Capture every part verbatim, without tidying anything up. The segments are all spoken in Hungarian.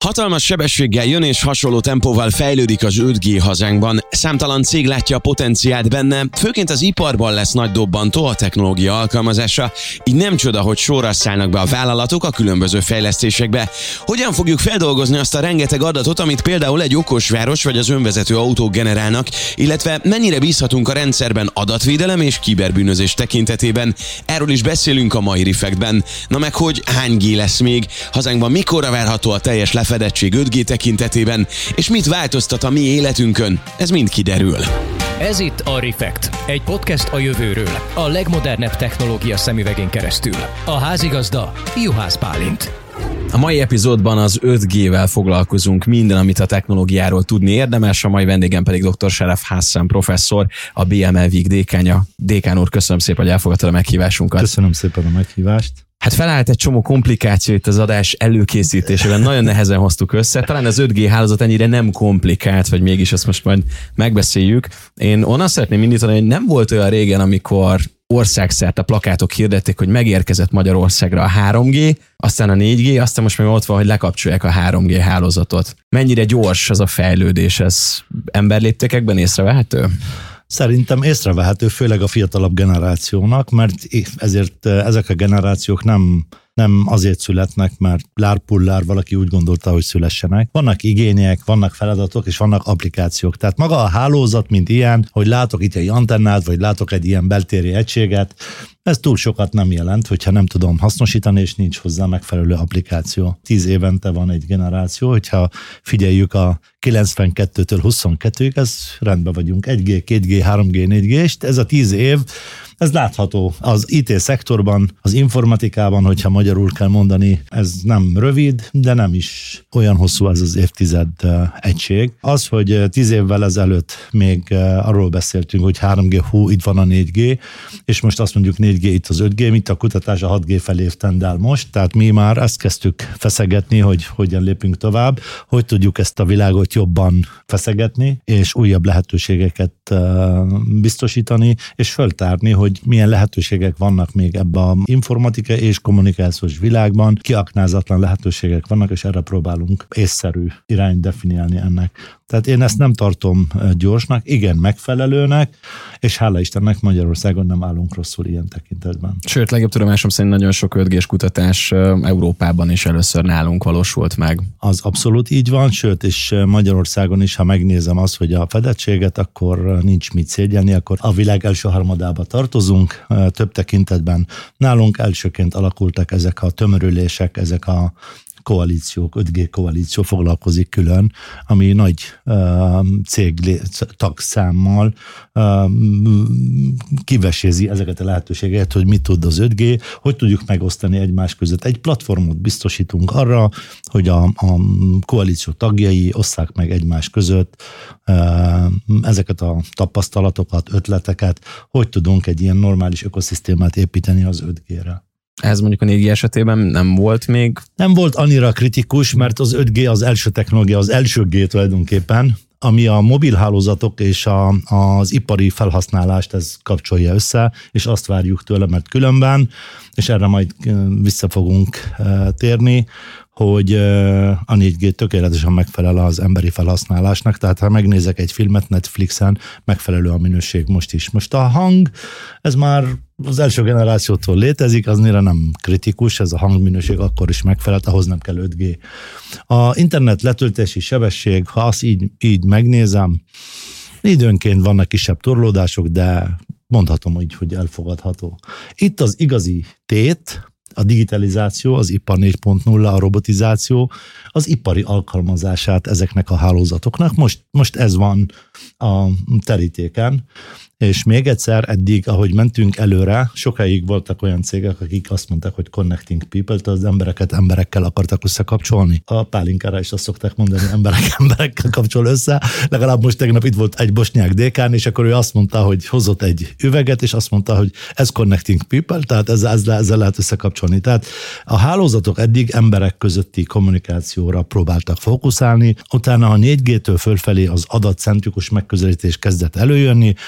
Hatalmas sebességgel jön és hasonló tempóval fejlődik az öt G hazánkban. Számtalan cég látja a potenciált benne, főként az iparban lesz nagy dobbantó a technológia alkalmazása, így nem csoda, hogy sorra szállnak be a vállalatok a különböző fejlesztésekbe. Hogyan fogjuk feldolgozni azt a rengeteg adatot, amit például egy okosváros vagy az önvezető autók generálnak, illetve mennyire bízhatunk a rendszerben adatvédelem és kiberbűnözés tekintetében? Erről is beszélünk a mai Refactben. Na meg hogy hány G lesz még, hazánkban mikorra várható a teljes lefedettség öt G tekintetében, és mit változtat a mi életünkön? Ez mind kiderül. Ez itt a Refact, egy podcast a jövőről, a legmodernebb technológia szemüvegén keresztül. A házigazda Juhász Bálint. A mai epizódban az öt G-vel foglalkozunk, minden, amit a technológiáról tudni érdemes, a mai vendégem pedig dr. Sharaf Hassan professzor, a bé em el Week dékánja. Dékán úr, köszönöm szépen, hogy elfogadtad a meghívásunkat. Köszönöm szépen a meghívást. Hát felállt egy csomó komplikáció itt az adás előkészítésében, nagyon nehezen hoztuk össze. Talán az öt G hálózat ennyire nem komplikált, vagy mégis ezt most majd megbeszéljük. Én onnan szeretném indítani, hogy nem volt olyan régen, amikor országszerte plakátok hirdették, hogy megérkezett Magyarországra a három G, aztán a négy G, aztán most meg ott van, hogy lekapcsolják a három G hálózatot. Mennyire gyors az a fejlődés, ez emberléptékekben észrevehető? Szerintem észrevehető, főleg a fiatalabb generációnak, mert ezért ezek a generációk nem, nem azért születnek, mert lárpullár valaki úgy gondolta, hogy szülessenek. Vannak igények, vannak feladatok, és vannak applikációk. Tehát maga a hálózat, mint ilyen, hogy látok itt egy antennát, vagy látok egy ilyen beltéri egységet, ez túl sokat nem jelent, hogyha nem tudom hasznosítani, és nincs hozzá megfelelő applikáció. Tíz évente van egy generáció, hogyha figyeljük a kilencvenkettőtől huszonkettőig, ez rendben vagyunk. egy G, két G, három G, négy G, és ez a tíz év, ez látható az I T szektorban, az informatikában, hogyha magyarul kell mondani, ez nem rövid, de nem is olyan hosszú ez az évtized egység. Az, hogy tíz évvel ezelőtt még arról beszéltünk, hogy három G, hú, itt van a négy G, és most azt mondjuk négy G, itt az öt G, mint a kutatás a hat G felé tendál most, tehát mi már ezt kezdtük feszegetni, hogy hogyan lépünk tovább, hogy tudjuk ezt a világot jobban feszegetni, és újabb lehetőségeket biztosítani, és föltárni, hogy milyen lehetőségek vannak még ebben az informatikai és kommunikációs világban, kiaknázatlan lehetőségek vannak, és erre próbálunk észszerű irányt definiálni ennek. Tehát én ezt nem tartom gyorsnak, igen megfelelőnek, és hála Istennek Magyarországon nem állunk rosszul ilyen tekintetben. Sőt, legjobb tudomásom szerint nagyon sok öt G-s kutatás Európában is először nálunk valósult meg. Az abszolút így van, sőt, és Magyarországon is, ha megnézem azt, hogy a fedettséget, akkor nincs mit szégyelni, akkor a világ első harmadába tartozunk több tekintetben. Nálunk elsőként alakultak ezek a tömörülések, ezek a koalíciók, öt G koalíció foglalkozik külön, ami nagy uh, cég tagszámmal uh, kivesézi ezeket a lehetőségeket, hogy mit tud az öt G, hogy tudjuk megosztani egymás között. Egy platformot biztosítunk arra, hogy a, a koalíció tagjai osszák meg egymás között uh, ezeket a tapasztalatokat, ötleteket, hogy tudunk egy ilyen normális ökoszisztémát építeni az öt G-re. Ez mondjuk a négy G esetében nem volt még? Nem volt annyira kritikus, mert az öt G az első technológia, az első G tulajdonképpen, ami a mobilhálózatok és a, az ipari felhasználást ez kapcsolja össze, és azt várjuk tőle, mert különben, és erre majd vissza fogunk térni, hogy a négy G tökéletesen megfelel az emberi felhasználásnak, tehát ha megnézek egy filmet Netflixen, megfelelő a minőség most is. Most a hang, ez már az első generációtól létezik, az annyira nem kritikus, ez a hangminőség akkor is megfelelt, ahhoz nem kell öt G. A internet letöltési sebesség, ha azt így, így megnézem, időnként vannak kisebb torlódások, de mondhatom úgy, hogy elfogadható. Itt az igazi tét, a digitalizáció, az ipar négy pont nulla, a robotizáció, az ipari alkalmazását ezeknek a hálózatoknak. Most, most ez van a terítéken, és még egyszer eddig, ahogy mentünk előre, sokáig voltak olyan cégek, akik azt mondták, hogy connecting people, tehát az embereket emberekkel akartak összekapcsolni. A pálinkára is azt szokták mondani, emberek emberekkel kapcsol össze. Legalább most tegnap itt volt egy bosnyák dékán, és akkor ő azt mondta, hogy hozott egy üveget, és azt mondta, hogy ez connecting people, tehát ezzel, ezzel, ezzel lehet összekapcsolni. Tehát a hálózatok eddig emberek közötti kommunikációra próbáltak fókuszálni, utána a négy G-től fölfelé az adatcentrikus megközelítés kezdett előjönni, és most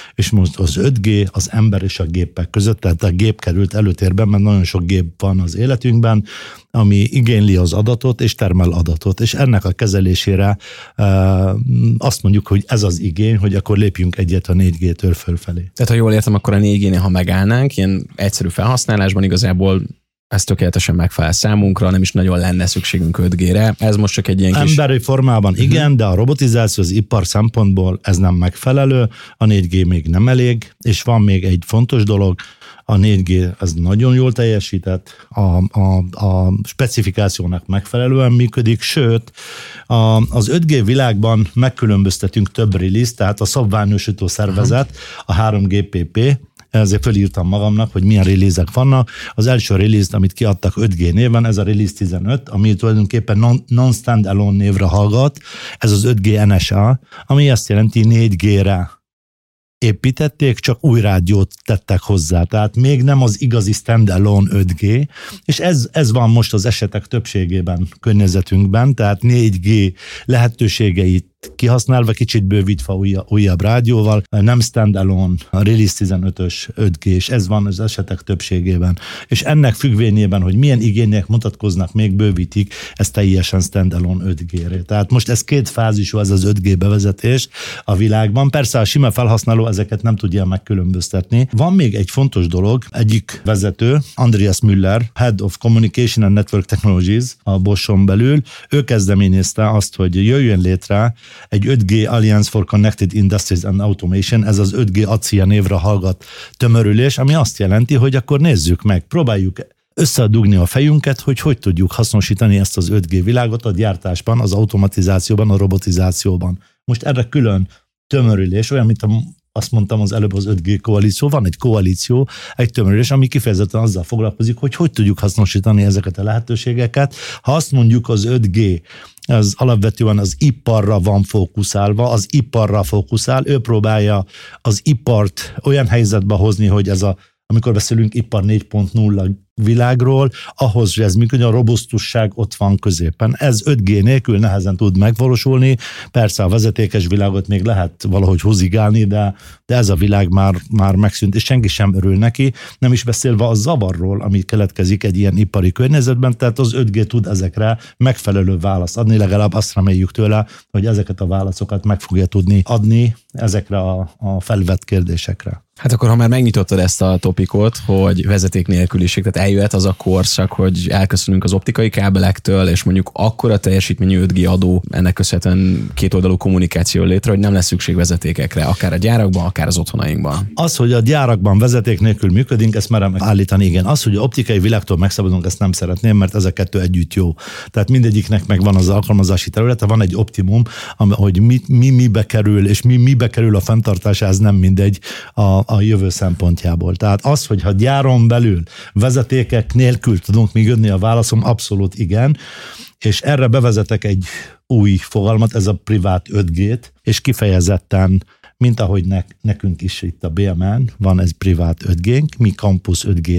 most az öt G az ember és a gépek között, tehát a gép került előtérben, mert nagyon sok gép van az életünkben, ami igényli az adatot és termel adatot, és ennek a kezelésére e, azt mondjuk, hogy ez az igény, hogy akkor lépjünk egyet a négy G-től fölfelé. Tehát ha jól értem, akkor a négy G-nél, ha megállnánk, ilyen egyszerű felhasználásban igazából ez tökéletesen megfelel számunkra, nem is nagyon lenne szükségünk öt G-re. Ez most csak egy ilyen kis... Emberi formában igen, uh-huh. de a robotizáció az ipar szempontból ez nem megfelelő, a négy G még nem elég, és van még egy fontos dolog, a négy G az nagyon jól teljesített, a, a, a specifikációnak megfelelően működik, sőt, a, az öt G világban megkülönböztetünk több release, tehát a szabványosító szervezet, uh-huh. a három G P P, ezért fölírtam magamnak, hogy milyen release-ek vannak. Az első release-t, amit kiadtak öt G néven, ez a Release tizenöt, ami tulajdonképpen non-standalone névre hallgat, ez az öt G N S A, ami azt jelenti négy G-re építették, csak új rádiót tettek hozzá. Tehát még nem az igazi standalone öt G, és ez, ez van most az esetek többségében környezetünkben, tehát négy G lehetőségeit kihasználva, kicsit bővítve újabb, újabb rádióval, nem standalone, a Release tizenötös öt G, és ez van az esetek többségében. És ennek függvényében, hogy milyen igények mutatkoznak, még bővítik, ez teljesen standalone öt G-re. Tehát most ez két fázisú, ez az öt G bevezetés a világban. Persze a sima felhasználó ezeket nem tudja megkülönböztetni. Van még egy fontos dolog, egyik vezető, Andreas Müller, Head of Communication and Network Technologies a Bosch-on belül, ő kezdeményezte azt, hogy jöjjön létre egy öt G Alliance for Connected Industries and Automation, ez az öt G A C I A névre hallgat tömörülés, ami azt jelenti, hogy akkor nézzük meg, próbáljuk összedugni a fejünket, hogy hogy tudjuk hasznosítani ezt az öt G világot a gyártásban, az automatizációban, a robotizációban. Most erre külön tömörülés, olyan, mint a azt mondtam az előbb az öt G koalíció, van egy koalíció, egy tömörülés, ami kifejezetten azzal foglalkozik, hogy hogy tudjuk hasznosítani ezeket a lehetőségeket. Ha azt mondjuk az öt G, az alapvetően az iparra van fókuszálva, az iparra fókuszál, ő próbálja az ipart olyan helyzetbe hozni, hogy ez a, amikor beszélünk ipar négy pont nulla világról, ahhoz, hogy ez működjön, a robusztusság ott van középen. Ez öt G nélkül nehezen tud megvalósulni. Persze a vezetékes világot még lehet valahogy húzigálni, de, de ez a világ már, már megszűnt, és senki sem örül neki, nem is beszélve a zavarról, ami keletkezik egy ilyen ipari környezetben, tehát az öt G tud ezekre megfelelő választ adni, legalább azt reméljük tőle, hogy ezeket a válaszokat meg fogja tudni adni ezekre a, a felvett kérdésekre. Hát akkor, ha már megnyitottad ezt a topikot, hogy vezeték nélküliség, tehát eljöhet az a korszak, hogy elköszönünk az optikai kábelektől, és mondjuk akkora teljesítményű öt G adó, ennek köszönhetően kétoldalú kommunikáció létre, hogy nem lesz szükség vezetékekre, akár a gyárakban, akár az otthonainkban. Az, hogy a gyárakban vezeték nélkül működünk, ezt merem állítani, igen. Az, hogy az optikai világtól megszabadulunk, ezt nem szeretném, mert ez a kettő együtt jó. Tehát mindegyiknek megvan az alkalmazási területe, van egy optimum, hogy mi, mi mibe kerül, és mi mibe kerül a fenntartása, ez nem mindegy a, a jövő szempontjából. Tehát az, hogy ha gyáron belül vezetékek nélkül tudunk működni, a válaszom abszolút igen, és erre bevezetek egy új fogalmat, ez a privát öt G-t, és kifejezetten, mint ahogy ne, nekünk is itt a bé em en van ez privát öt G-nk, mi Campus öt G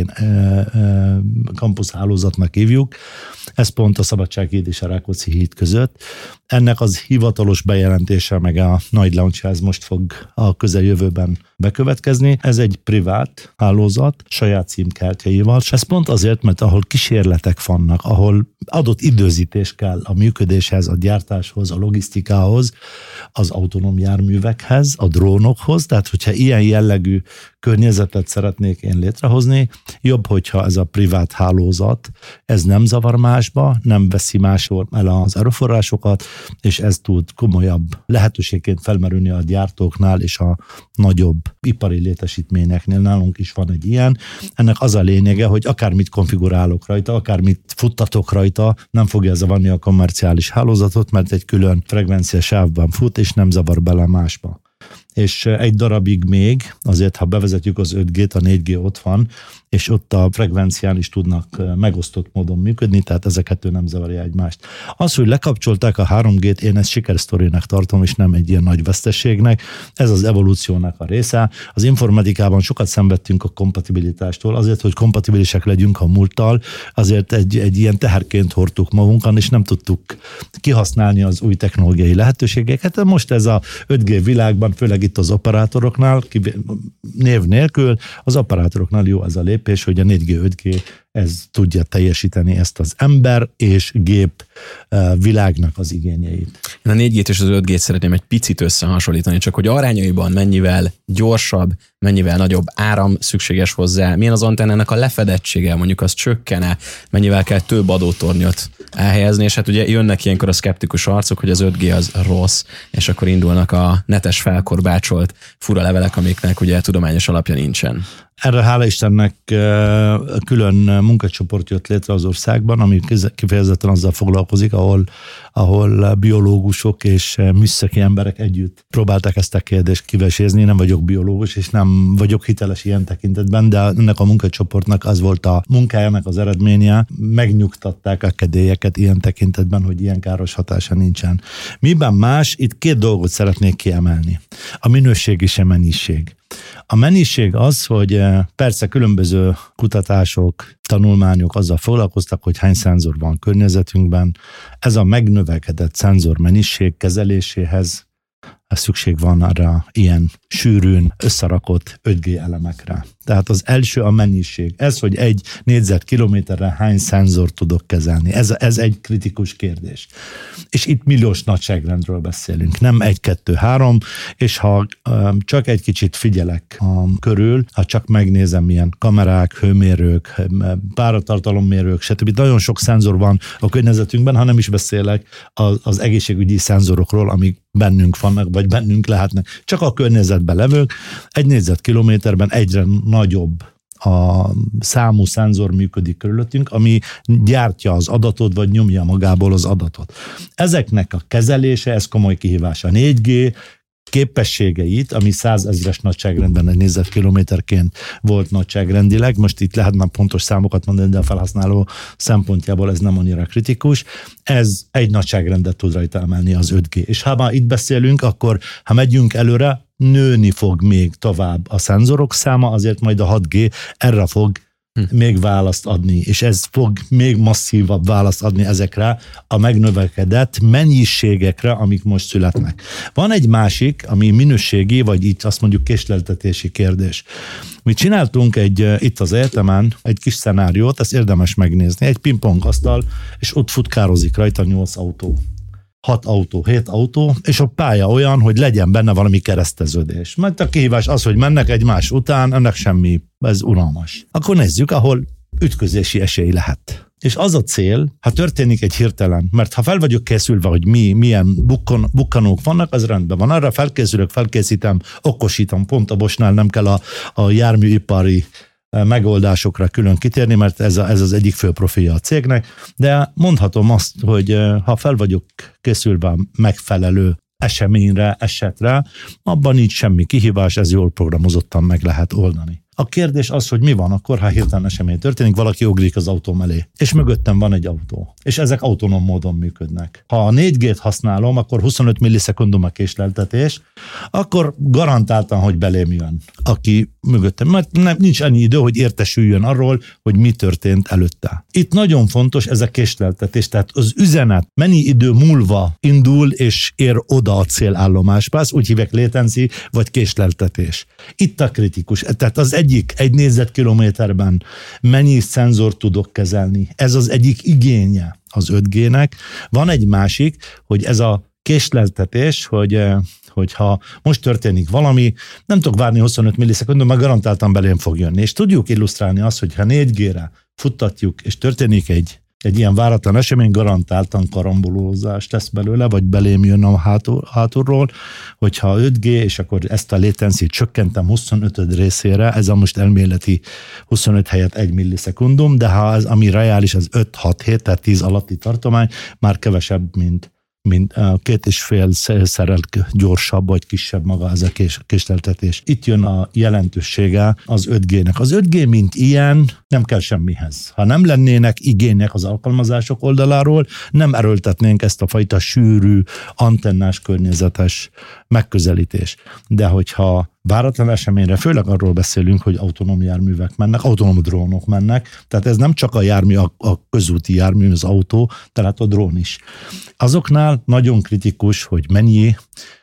Campus hálózatnak hívjuk, ez pont a Szabadsághíd és a Rákóczi híd között. Ennek az hivatalos bejelentése meg a nagy launch, ez most fog a közeljövőben bekövetkezni. Ez egy privát hálózat, saját címkártyaival, és ez pont azért, mert ahol kísérletek vannak, ahol adott időzítés kell a működéshez, a gyártáshoz, a logisztikához, az autonóm járművekhez, a drónokhoz, tehát hogyha ilyen jellegű környezetet szeretnék én létrehozni, jobb, hogyha ez a privát hálózat, ez nem zavar másba, nem veszi máshol el az erőforrásokat, és ez tud komolyabb lehetőségként felmerülni a gyártóknál és a nagyobb ipari létesítményeknél. Nálunk is van egy ilyen. Ennek az a lényege, hogy akármit konfigurálok rajta, akármit futtatok rajta, nem fogja zavarni a kommerciális hálózatot, mert egy külön frekvencia sávban fut, és nem zavar bele másba. És egy darabig még, azért ha bevezetjük az öt G-t, a négy G ott van, és ott a frekvencián is tudnak megosztott módon működni, tehát ezeket ő nem zavarja egymást. Az, hogy lekapcsolták a három G-t, én ezt sikersztorinak tartom, és nem egy ilyen nagy veszteségnek. Ez az evolúciónak a része. Az informatikában sokat szenvedtünk a kompatibilitástól, azért, hogy kompatibilisek legyünk a múlttal, azért egy, egy ilyen teherként hordtuk magunkon, és nem tudtuk kihasználni az új technológiai lehetőségeket. Most ez a öt G világban, főleg itt az operátoroknál, név nélkül, az operátoroknál jó ez a lépés, hogy a négy G, öt G ez tudja teljesíteni ezt az ember és gép világnak az igényeit. Én a négy G-t és az öt G-t szeretném egy picit összehasonlítani, csak hogy arányaiban mennyivel gyorsabb, mennyivel nagyobb áram szükséges hozzá, milyen az antennának a lefedettsége, mondjuk az csökkene, mennyivel kell több adótornyot elhelyezni, és hát ugye jönnek ilyenkor a szkeptikus arcok, hogy az öt G az rossz, és akkor indulnak a netes felkorbácsolt fura levelek, amiknek ugye tudományos alapja nincsen. Erre hála Istennek külön munkacsoport jött létre az országban, ami kifejezetten azzal foglalkozik, ahol, ahol biológusok és műszaki emberek együtt próbálták ezt a kérdést kivesézni. Nem vagyok biológus, és nem vagyok hiteles ilyen tekintetben, de ennek a munkacsoportnak az volt a munkájának az eredménye. Megnyugtatták a kedélyeket ilyen tekintetben, hogy ilyen káros hatása nincsen. Miben más? Itt két dolgot szeretnék kiemelni. A minőség és a mennyiség. A mennyiség az, hogy persze különböző kutatások, tanulmányok azzal foglalkoztak, hogy hány szenzor van környezetünkben. Ez a megnövekedett szenzor mennyiség kezeléséhez szükség van arra ilyen sűrűn összerakott öt G elemekre. Tehát az első a mennyiség. Ez, hogy egy négyzetkilométerre hány szenzor tudok kezelni. Ez, ez egy kritikus kérdés. És itt milliós nagyságrendről beszélünk. Nem egy, kettő, három, és ha um, csak egy kicsit figyelek um, körül, ha csak megnézem milyen kamerák, hőmérők, páratartalommérők, stb. Nagyon sok szenzor van a környezetünkben, ha nem is beszélek az, az egészségügyi szenzorokról, amik bennünk vannak, vagy bennünk lehetnek. Csak a környezetben levők, egy négyzetkilométerben egyre nagyobb a számú szenzor működik körülöttünk, ami gyártja az adatot, vagy nyomja magából az adatot. Ezeknek a kezelése, ez komoly kihívás. A négy G képességeit, ami százezres nagyságrendben egy négyzetkilométerként volt nagyságrendileg, most itt lehetne pontos számokat mondani, de a felhasználó szempontjából ez nem annyira kritikus, ez egy nagyságrendet tud rajta emelni az öt G. És ha már itt beszélünk, akkor ha megyünk előre, nőni fog még tovább a szenzorok száma, azért majd a hat G erre fog hm. még választ adni, és ez fog még masszívabb választ adni ezekre a megnövekedett mennyiségekre, amik most születnek. Van egy másik, ami minőségi, vagy itt azt mondjuk késleltetési kérdés. Mi csináltunk egy, itt az egyetemen egy kis szenáriót, ezt érdemes megnézni, egy pingpongasztal, és ott futkározik rajta nyolc autó. hat autó, hét autó, és a pálya olyan, hogy legyen benne valami kereszteződés. Mert a kihívás az, hogy mennek egymás után, ennek semmi, ez unalmas. Akkor nézzük, ahol ütközési esély lehet. És az a cél, ha történik egy hirtelen, mert ha fel vagyok készülve, hogy mi, milyen bukkon, bukkanók vannak, az rendben van. Arra felkészülök, felkészítem, okosítom, pont a Boschnál nem kell a, a járműipari megoldásokra külön kitérni, mert ez, a, ez az egyik fő profilja a cégnek, de mondhatom azt, hogy ha fel vagyok készülve megfelelő eseményre, esetre, abban nincs semmi kihívás, ez jól programozottan meg lehet oldani. A kérdés az, hogy mi van akkor, ha hirtelen esemény történik, valaki ugrik az autó mellé, és mögöttem van egy autó, és ezek autonóm módon működnek. Ha a négy G-t használom, akkor huszonöt millisekundum a késleltetés, akkor garantáltan, hogy belém jön, aki mögöttem, mert nem, nincs annyi idő, hogy értesüljön arról, hogy mi történt előtte. Itt nagyon fontos ez a késleltetés, tehát az üzenet mennyi idő múlva indul, és ér oda a célállomásba, ezt úgy hívják latency, vagy késleltetés. Itt a kritikus, tehát az egyik, egy négyzetkilométerben mennyi szenzor tudok kezelni. Ez az egyik igénye az öt G-nek. Van egy másik, hogy ez a késleltetés, hogy hogyha most történik valami, nem tudok várni huszonöt millisekundum, mert garantáltan belém fog jönni. És tudjuk illusztrálni azt, hogy ha négy G-re futtatjuk, és történik egy egy ilyen váratlan esemény, garantáltan karambolózás lesz belőle, vagy belém jön a hátul, hátulról, hogyha öt G, és akkor ezt a latency-t csökkentem huszonöt részére, ez a most elméleti huszonöt helyett egy millisekundum, de ha az, ami reális, az öt hat hét, tehát tíz alatti tartomány, már kevesebb, mint mint két és fél szerrel gyorsabb vagy kisebb maga ez a kés, késleltetés. Itt jön a jelentősége az öt G-nek. Az öt G, mint ilyen, nem kell semmihez. Ha nem lennének igények az alkalmazások oldaláról, nem erőltetnénk ezt a fajta sűrű, antennás, környezetes megközelítés. De hogyha váratlan eseményre, főleg arról beszélünk, hogy autonóm járművek mennek, autonóm drónok mennek, tehát ez nem csak a jármű, a, a közúti jármű, az autó, tehát a drón is. Azoknál nagyon kritikus, hogy mennyi,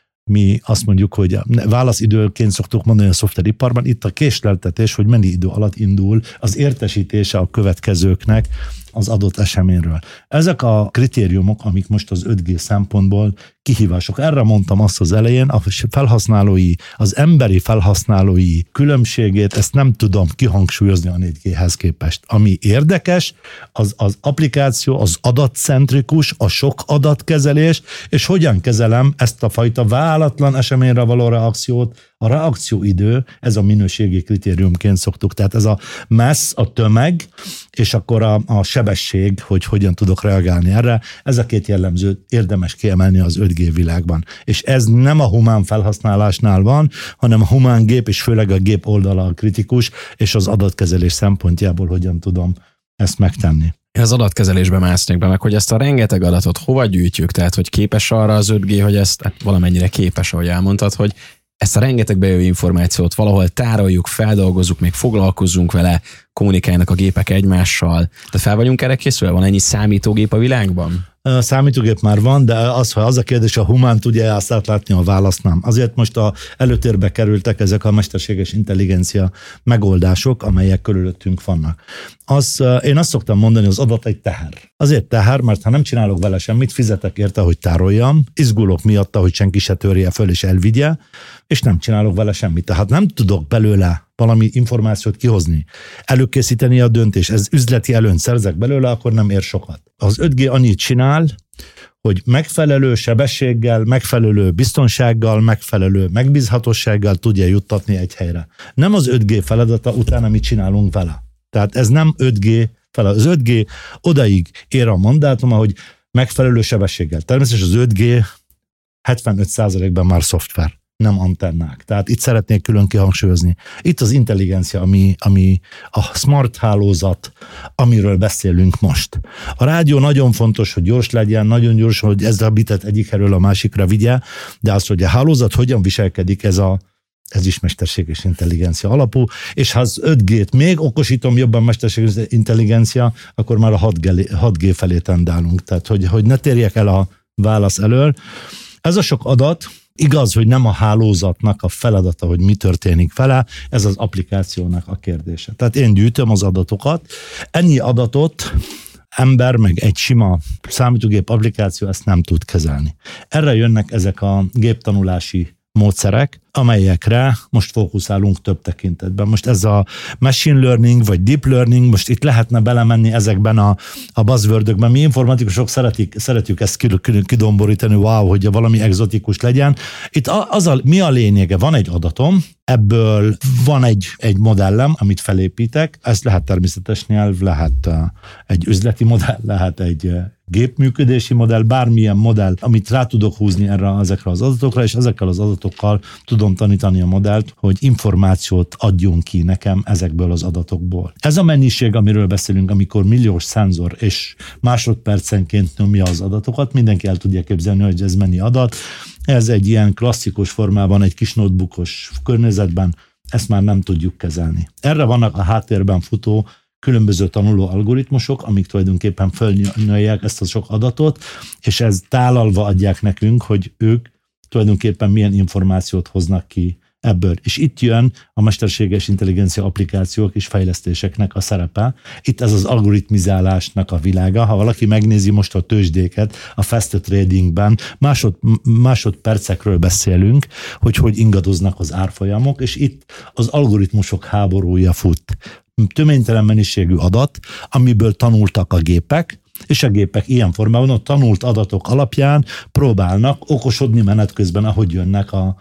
mi azt mondjuk, hogy válaszidőként szoktuk mondani a szoftveriparban, itt a késleltetés, hogy mennyi idő alatt indul az értesítése a következőknek az adott eseményről. Ezek a kritériumok, amik most az öt G szempontból kihívások. Erre mondtam azt az elején, a felhasználói, az emberi felhasználói különbségét, ezt nem tudom kihangsúlyozni a négy G-hez képest. Ami érdekes, az az applikáció, az adatcentrikus, a sok adatkezelés, és hogyan kezelem ezt a fajta váratlan eseményre való reakciót. A reakcióidő, ez a minőségi kritériumként szoktuk. Tehát ez a massz, a tömeg, és akkor a, a sebesség, hogy hogyan tudok reagálni erre. Ez a két jellemző érdemes kiemelni az öt G világban. És ez nem a humán felhasználásnál van, hanem a humán gép, és főleg a gép oldala a kritikus, és az adatkezelés szempontjából hogyan tudom ezt megtenni. Az adatkezelésbe másznék be, meg hogy ezt a rengeteg adatot hova gyűjtjük, tehát hogy képes arra az öt G, hogy ezt hát valamennyire képes, ahogy elmondtad, hogy ezt a rengeteg bejövő információt valahol tároljuk, feldolgozzuk, még foglalkozzunk vele, kommunikálnak a gépek egymással. Tehát fel vagyunk erre készülve? Van ennyi számítógép a világban? A számítógép már van, de az, ha az a kérdés, a humán tudja azt átlátni, a választ nem. Azért most a előtérbe kerültek ezek a mesterséges intelligencia megoldások, amelyek körülöttünk vannak. Az, én azt szoktam mondani, az adat egy teher. Azért teher, mert ha nem csinálok vele semmit, fizetek érte, hogy tároljam, izgulok miatta, hogy senki se törje föl és elvigye, és nem csinálok vele semmit. Tehát nem tudok belőle valami információt kihozni, előkészíteni a döntés, ez üzleti előnyt szerzek belőle, akkor nem ér sokat. Az öt G annyit csinál, hogy megfelelő sebességgel, megfelelő biztonsággal, megfelelő megbízhatósággal tudja juttatni egy helyre. Nem az öt G feladata, utána mit csinálunk vele. Tehát ez nem öt G feladat. Az öt G odaig ér a mandátuma, hogy megfelelő sebességgel. Természetesen az öt G hetvenöt százalékban már szoftver, nem antennák. Tehát itt szeretnék külön kihangsúlyozni. Itt az intelligencia, ami, ami a smart hálózat, amiről beszélünk most. A rádió nagyon fontos, hogy gyors legyen, nagyon gyors, hogy ez a bitet egyik helyről a másikra vigye, de az, hogy a hálózat hogyan viselkedik, ez a ez is mesterséges intelligencia alapú, és ha az öt G-t még okosítom jobban mesterséges intelligencia, akkor már a hat G felé tendálunk. Tehát, hogy, hogy ne térjek el a válasz elől. Ez a sok adat, igaz, hogy nem a hálózatnak a feladata, hogy mi történik vele, ez az applikációnak a kérdése. Tehát én gyűjtöm az adatokat, ennyi adatot ember, meg egy sima számítógép applikáció ezt nem tud kezelni. Erre jönnek ezek a géptanulási módszerek, amelyekre most fókuszálunk több tekintetben. Most ez a machine learning, vagy deep learning, most itt lehetne belemenni ezekben a, a buzzwordökben. Mi informatikusok szeretik, szeretjük ezt kidomborítani, wow, hogy valami egzotikus legyen. Itt az a, mi a lényege? Van egy adatom, ebből van egy, egy modellem, amit felépítek, ez lehet természetes nyelv, lehet egy üzleti modell, lehet egy gépműködési modell, bármilyen modell, amit rá tudok húzni erre, ezekre az adatokra, és ezekkel az adatokkal tudom tanítani a modellt, hogy információt adjon ki nekem ezekből az adatokból. Ez a mennyiség, amiről beszélünk, amikor milliós szenzor és másodpercenként nyomja az adatokat, mindenki el tudja képzelni, hogy ez mennyi adat. Ez egy ilyen klasszikus formában, egy kis notebookos környezetben, ezt már nem tudjuk kezelni. Erre vannak a háttérben futó különböző tanuló algoritmusok, amik tulajdonképpen fölnyalják ezt a sok adatot, és ez tálalva adják nekünk, hogy ők tulajdonképpen milyen információt hoznak ki ebből. És itt jön a mesterséges intelligencia applikációk és fejlesztéseknek a szerepe. Itt ez az algoritmizálásnak a világa. Ha valaki megnézi most a tőzsdéket, a fast tradingben, másod, másodpercekről beszélünk, hogy hogy ingadoznak az árfolyamok, és itt az algoritmusok háborúja fut. Töménytelen mennyiségű adat, amiből tanultak a gépek, és a gépek ilyen formában a tanult adatok alapján próbálnak okosodni menet közben, ahogy jönnek a,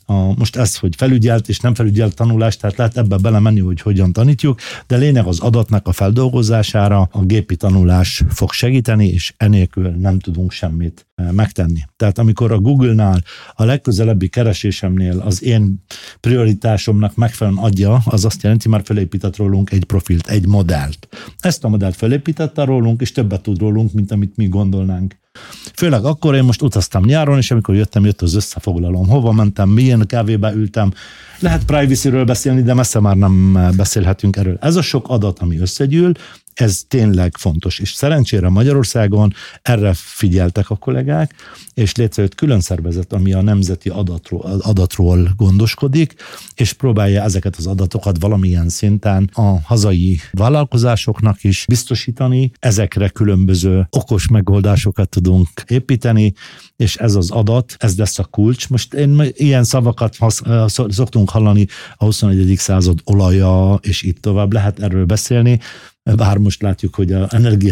a, most ez, hogy felügyelt és nem felügyelt tanulás, tehát lehet ebbe belemenni, hogy hogyan tanítjuk, de lényeg az adatnak a feldolgozására a gépi tanulás fog segíteni, és enélkül nem tudunk semmit megtenni. Tehát amikor a Google-nál a legközelebbi keresésemnél az én prioritásomnak megfelelően adja, az azt jelenti, már felépített rólunk egy profilt, egy modellt. Ezt a modellt felépítette rólunk, és többet tud rólunk, mint amit mi gondolnánk. Főleg akkor én most utaztam nyáron, és amikor jöttem, jött az összefoglalom. Hova mentem, milyen kávéba ültem. Lehet privacy-ről beszélni, de messze már nem beszélhetünk erről. Ez a sok adat, ami összegyűl, ez tényleg fontos. És szerencsére Magyarországon erre figyeltek a kollégák, és létrejött külön szervezet, ami a nemzeti adatról, adatról gondoskodik, és próbálja ezeket az adatokat valamilyen szinten a hazai vállalkozásoknak is biztosítani. Ezekre különböző okos megoldásokat tudunk építeni, és ez az adat, ez lesz a kulcs. Most én ilyen szavakat hasz, szoktunk hallani, a huszonegyedik század olaja, és itt tovább lehet erről beszélni, bár most látjuk, hogy az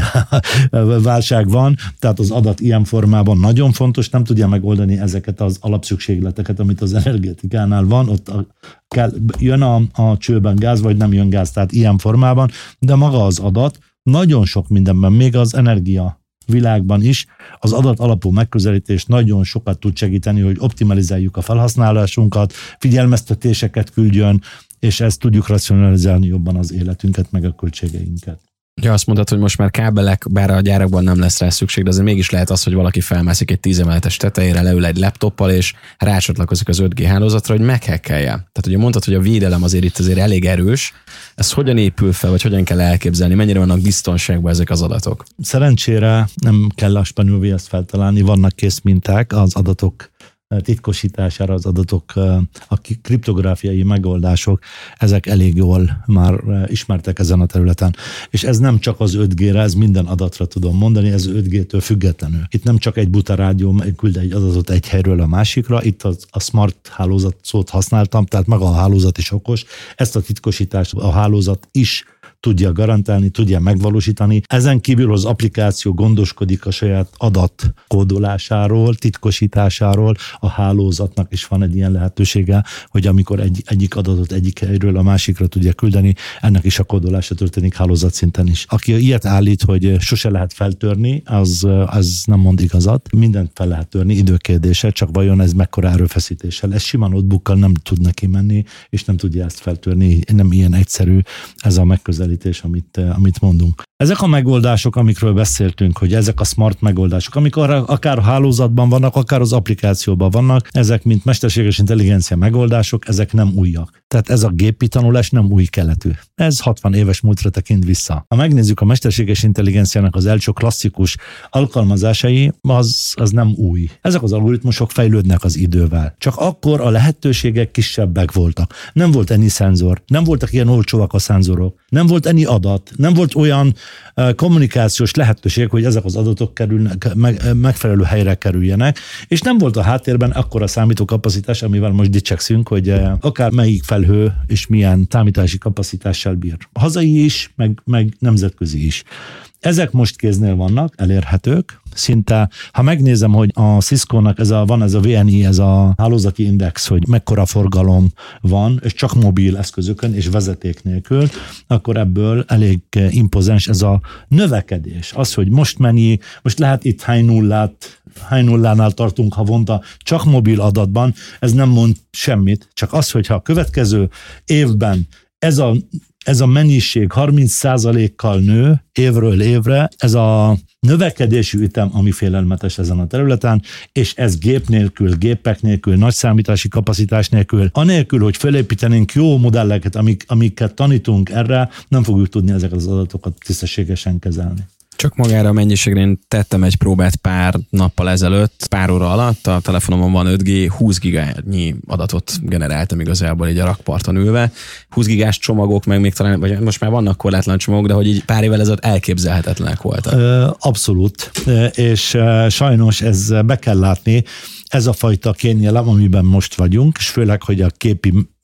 energiaválság van, tehát az adat ilyen formában nagyon fontos, nem tudja megoldani ezeket az alapszükségleteket, amit az energetikánál van, ott a, kell, jön a, a csőben gáz, vagy nem jön gáz, tehát ilyen formában, de maga az adat nagyon sok mindenben, még az energia világban is az adat alapú megközelítés nagyon sokat tud segíteni, hogy optimalizáljuk a felhasználásunkat, figyelmeztetéseket küldjön, és ezt tudjuk racionalizálni jobban az életünket, meg a költségeinket. Ja, azt mondtad, hogy most már kábelek, bár a gyárakban nem lesz rá szükség, de azért mégis lehet az, hogy valaki felmászik egy tíz emeletes tetejére, leül egy laptoppal, és rácsatlakozik az öt G hálózatra, hogy meghekkelje. Tehát ugye mondtad, hogy a védelem azért itt azért elég erős. Ez hogyan épül fel, vagy hogyan kell elképzelni? Mennyire vannak biztonságban ezek az adatok? Szerencsére nem kell a spanyol viaszt feltalálni, vannak készminták az adatok titkosítására, az adatok, a kriptográfiai megoldások, ezek elég jól már ismertek ezen a területen. És ez nem csak az öt G-re, ez minden adatra tudom mondani, ez öt G-től függetlenül. Itt nem csak egy buta rádió küld egy adatot egy helyről a másikra, itt a, a smart hálózat szót használtam, tehát maga a hálózat is okos, ezt a titkosítást a hálózat is tudja garantálni, tudja megvalósítani. Ezen kívül az applikáció gondoskodik a saját adat kódolásáról, titkosításáról, a hálózatnak is van egy ilyen lehetősége, hogy amikor egy, egyik adatot egyik helyről a másikra tudja küldeni, ennek is a kódolása történik hálózat szinten is. Aki ilyet állít, hogy sose lehet feltörni, az, az nem mond igazat. Mindent fel lehet törni, időkérdése, csak vajon ez mekkora erőfeszítéssel. Ez sima notebookkal nem tud neki menni, és nem tudja ezt feltörni. Nem ilyen egyszerű ez a megközelítés, amit, amit mondunk. Ezek a megoldások, amikről beszéltünk, hogy ezek a smart megoldások, amik akár a hálózatban vannak, akár az applikációban vannak, ezek mint mesterséges intelligencia megoldások, ezek nem újak. Tehát ez a gépi tanulás nem új keletű. Ez hatvan éves múltra tekint vissza. Ha megnézzük a mesterséges intelligenciának az első klasszikus alkalmazásai, az, az nem új. Ezek az algoritmusok fejlődnek az idővel. Csak akkor a lehetőségek kisebbek voltak. Nem volt ennyi szenzor, nem voltak ilyen olcsóak a szenzorok, nem volt ennyi adat, nem volt olyan kommunikációs lehetőség, hogy ezek az adatok kerülnek, meg, megfelelő helyre kerüljenek, és nem volt a háttérben akkora számítókapacitás, amivel most dicsekszünk, hogy akár melyik felhő és milyen számítási kapacitással bír. Hazai is, meg, meg nemzetközi is. Ezek most kéznél vannak, elérhetők, szinte, ha megnézem, hogy a Cisco-nak ez a, van ez a vé en i, ez a hálózati index, hogy mekkora forgalom van, és csak mobil eszközökön és vezeték nélkül, akkor ebből elég impozens ez a növekedés. Az, hogy most mennyi, most lehet itt hány nullát, hány nullánál tartunk havonta, csak mobil adatban, ez nem mond semmit, csak az, hogyha a következő évben ez a Ez a mennyiség harminc százalékkal nő évről évre, ez a növekedési ütem, ami félelmetes ezen a területen, és ez gép nélkül, gépek nélkül, nagy számítási kapacitás nélkül, anélkül, hogy felépítenénk jó modelleket, amik, amiket tanítunk erre, nem fogjuk tudni ezeket az adatokat tisztességesen kezelni. Csak magára a mennyiségre én tettem egy próbát pár nappal ezelőtt, pár óra alatt, a telefonomon van öt G, húsz gigányi adatot generáltam igazából így a rakparton ülve. húsz gigás csomagok, meg még talán, vagy most már vannak korlátlan csomagok, de hogy így pár évvel ezelőtt elképzelhetetlenek voltak. Abszolút, és sajnos ez be kell látni, ez a fajta kényelem, amiben most vagyunk, és főleg, hogy a képi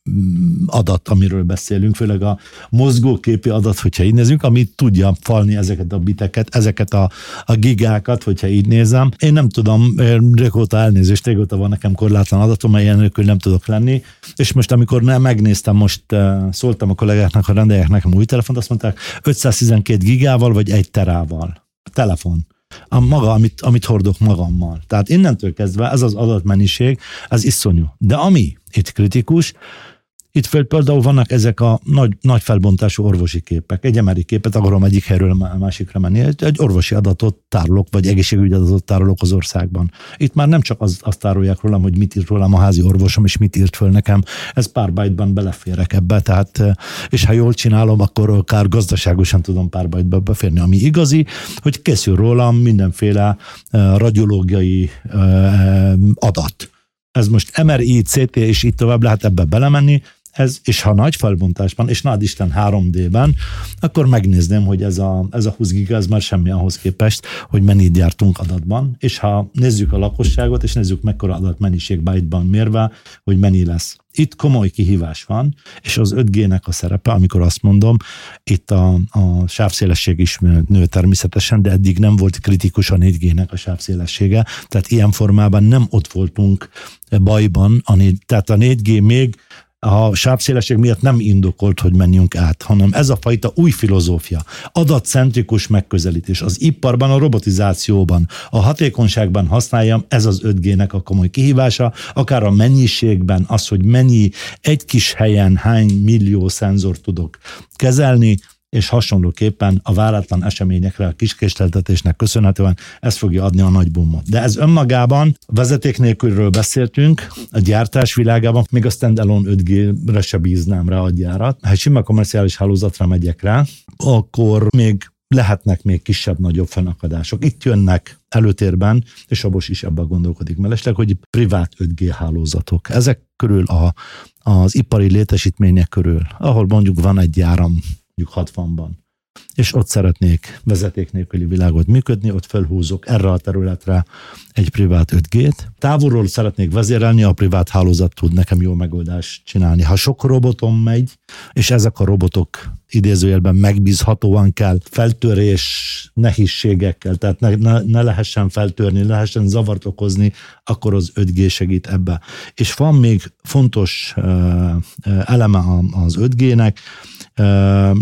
adat, amiről beszélünk, főleg a mozgóképi adat, hogyha így nézünk, ami tudja falni ezeket a biteket, ezeket a, a gigákat, hogyha így nézem. Én nem tudom, régóta elnézést, régóta van nekem korlátlan adatom, mert ilyen nélkül nem tudok lenni, és most amikor nem megnéztem, most szóltam a kollégáknak, ha rendelják nekem új telefont, azt mondták ötszáztizenkét gigával, vagy egy terával. A telefon. A maga, amit, amit hordok magammal. Tehát innentől kezdve ez az adatmennyiség, ez iszonyú. De ami itt kritikus, itt például vannak ezek a nagy, nagy felbontású orvosi képek. Egy emeri képet akarom egyik helyről a másikra menni. Egy, egy orvosi adatot tárolok, vagy egészségügyi adatot tárolok az országban. Itt már nem csak az, azt tárolják rólam, hogy mit írt rólam a házi orvosom, és mit írt föl nekem. Ez pár byte-ban beleférek ebbe, tehát, és ha jól csinálom, akkor akár gazdaságosan tudom pár byte-ba beférni. Ami igazi, hogy készül rólam mindenféle radiológiai adat. Ez most em er i, cé té, és így tovább lehet ebbe belemenni, ez, és ha nagy felbontásban, és nád Isten három dében, akkor megnézném, hogy ez a, ez a húsz giga, ez már semmi ahhoz képest, hogy mennyit gyártunk adatban, és ha nézzük a lakosságot, és nézzük mekkora adatmennyiség byte-ban mérve, hogy mennyi lesz. Itt komoly kihívás van, és az öt G-nek a szerepe, amikor azt mondom, itt a, a sávszélesség is nő természetesen, de eddig nem volt kritikus a négy G-nek a sávszélessége, tehát ilyen formában nem ott voltunk bajban, a négy, tehát a négy G még a sávszélesség miatt nem indokolt, hogy menjünk át, hanem ez a fajta új filozófia, adatcentrikus megközelítés az iparban, a robotizációban, a hatékonyságban használjam, ez az öt G-nek a komoly kihívása, akár a mennyiségben, az, hogy mennyi egy kis helyen hány millió szenzor tudok kezelni, és hasonlóképpen a váratlan eseményekre, a kiskésleltetésnek köszönhetően ez fogja adni a nagy boomot. De ez önmagában, vezeték nélkülről beszéltünk, a gyártás világában, még a standalone öt G-re se bíznám rá a gyárat. Ha egy sima komerciális hálózatra megyek rá, akkor még lehetnek még kisebb-nagyobb fennakadások. Itt jönnek előtérben, és Abos is ebben gondolkodik mellesleg, hogy privát öt G hálózatok. Ezek körül a, az ipari létesítmények körül, ahol mondjuk van egy áram, mondjuk hatvanban, és ott szeretnék vezeték nélküli világot működni, ott felhúzok erre a területre egy privát öt G-t. Távolról szeretnék vezérelni, a privát hálózat tud nekem jó megoldást csinálni. Ha sok robotom megy, és ezek a robotok idézőjelben megbízhatóan kell, feltörés nehézségekkel, tehát ne, ne, ne lehessen feltörni, ne lehessen zavart okozni, akkor az öt G segít ebbe. És van még fontos uh, eleme az öt G-nek, uh,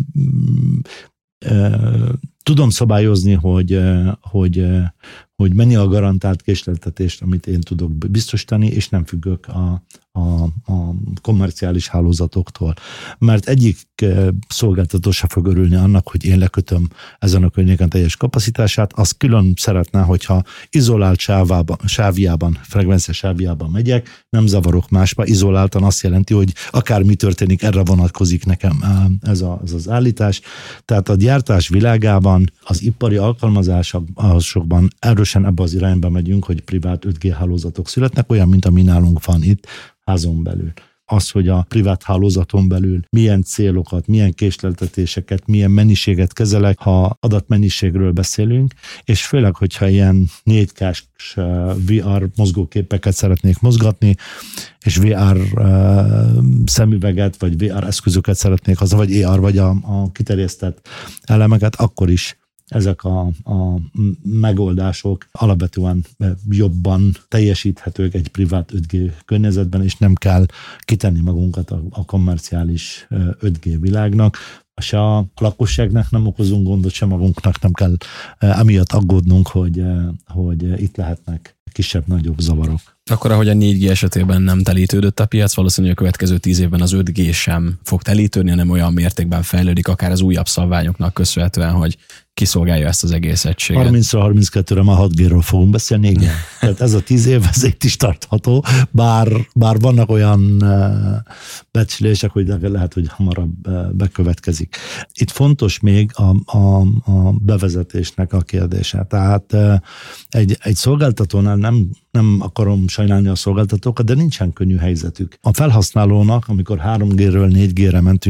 uh, tudom szabályozni, hogy, hogy, hogy mennyi a garantált késleltetést, amit én tudok biztosítani, és nem függök a, a, a komerciális hálózatoktól. Mert egyik szolgáltató se fog örülni annak, hogy én lekötöm ezen a környéken teljes kapacitását, az külön szeretne, hogyha izolált sávában, sávjában, frekvencia sávjában megyek, nem zavarok másba, izoláltan azt jelenti, hogy akármi történik, erre vonatkozik nekem ez, a, ez az állítás. Tehát a gyártás világában, az ipari alkalmazásokban erősen ebbe az irányba megyünk, hogy privát öt G hálózatok születnek, olyan, mint ami nálunk van itt házon belül. Az, hogy a privát hálózaton belül milyen célokat, milyen késleltetéseket, milyen mennyiséget kezelek, ha adatmennyiségről beszélünk, és főleg, hogyha ilyen négy K-s vé er mozgóképeket szeretnék mozgatni, és vé er uh, szemüveget, vagy vé er eszközöket szeretnék haza, vagy á er, vagy a, a kiterjesztett elemeket, akkor is ezek a, a megoldások alapvetően jobban teljesíthetők egy privát öt G környezetben, és nem kell kitenni magunkat a, a komerciális öt G világnak. Se a lakosságnak nem okozunk gondot, se magunknak nem kell emiatt aggódnunk, hogy, hogy itt lehetnek kisebb-nagyobb zavarok. Akkor, ahogy a négy G esetében nem telítődött a piac, valószínűleg a következő tíz évben az öt G sem fog telítődni, hanem olyan mértékben fejlődik, akár az újabb szabványoknak köszönhetően, hogy kiszolgálja ezt az egész egységet. harmincra harminckettőre már hat G-ről fogunk beszélni, igen. Tehát ez a tíz év, ez itt is tartható, bár, bár vannak olyan becslések, hogy lehet, hogy hamarabb bekövetkezik. Itt fontos még a, a, a bevezetésnek a kérdése. Tehát egy, egy szolgáltatónál nem, nem akarom sajnálni a szolgáltatókat, de nincsen könnyű helyzetük. A felhasználónak, amikor három G-ről négy G-re mentünk át,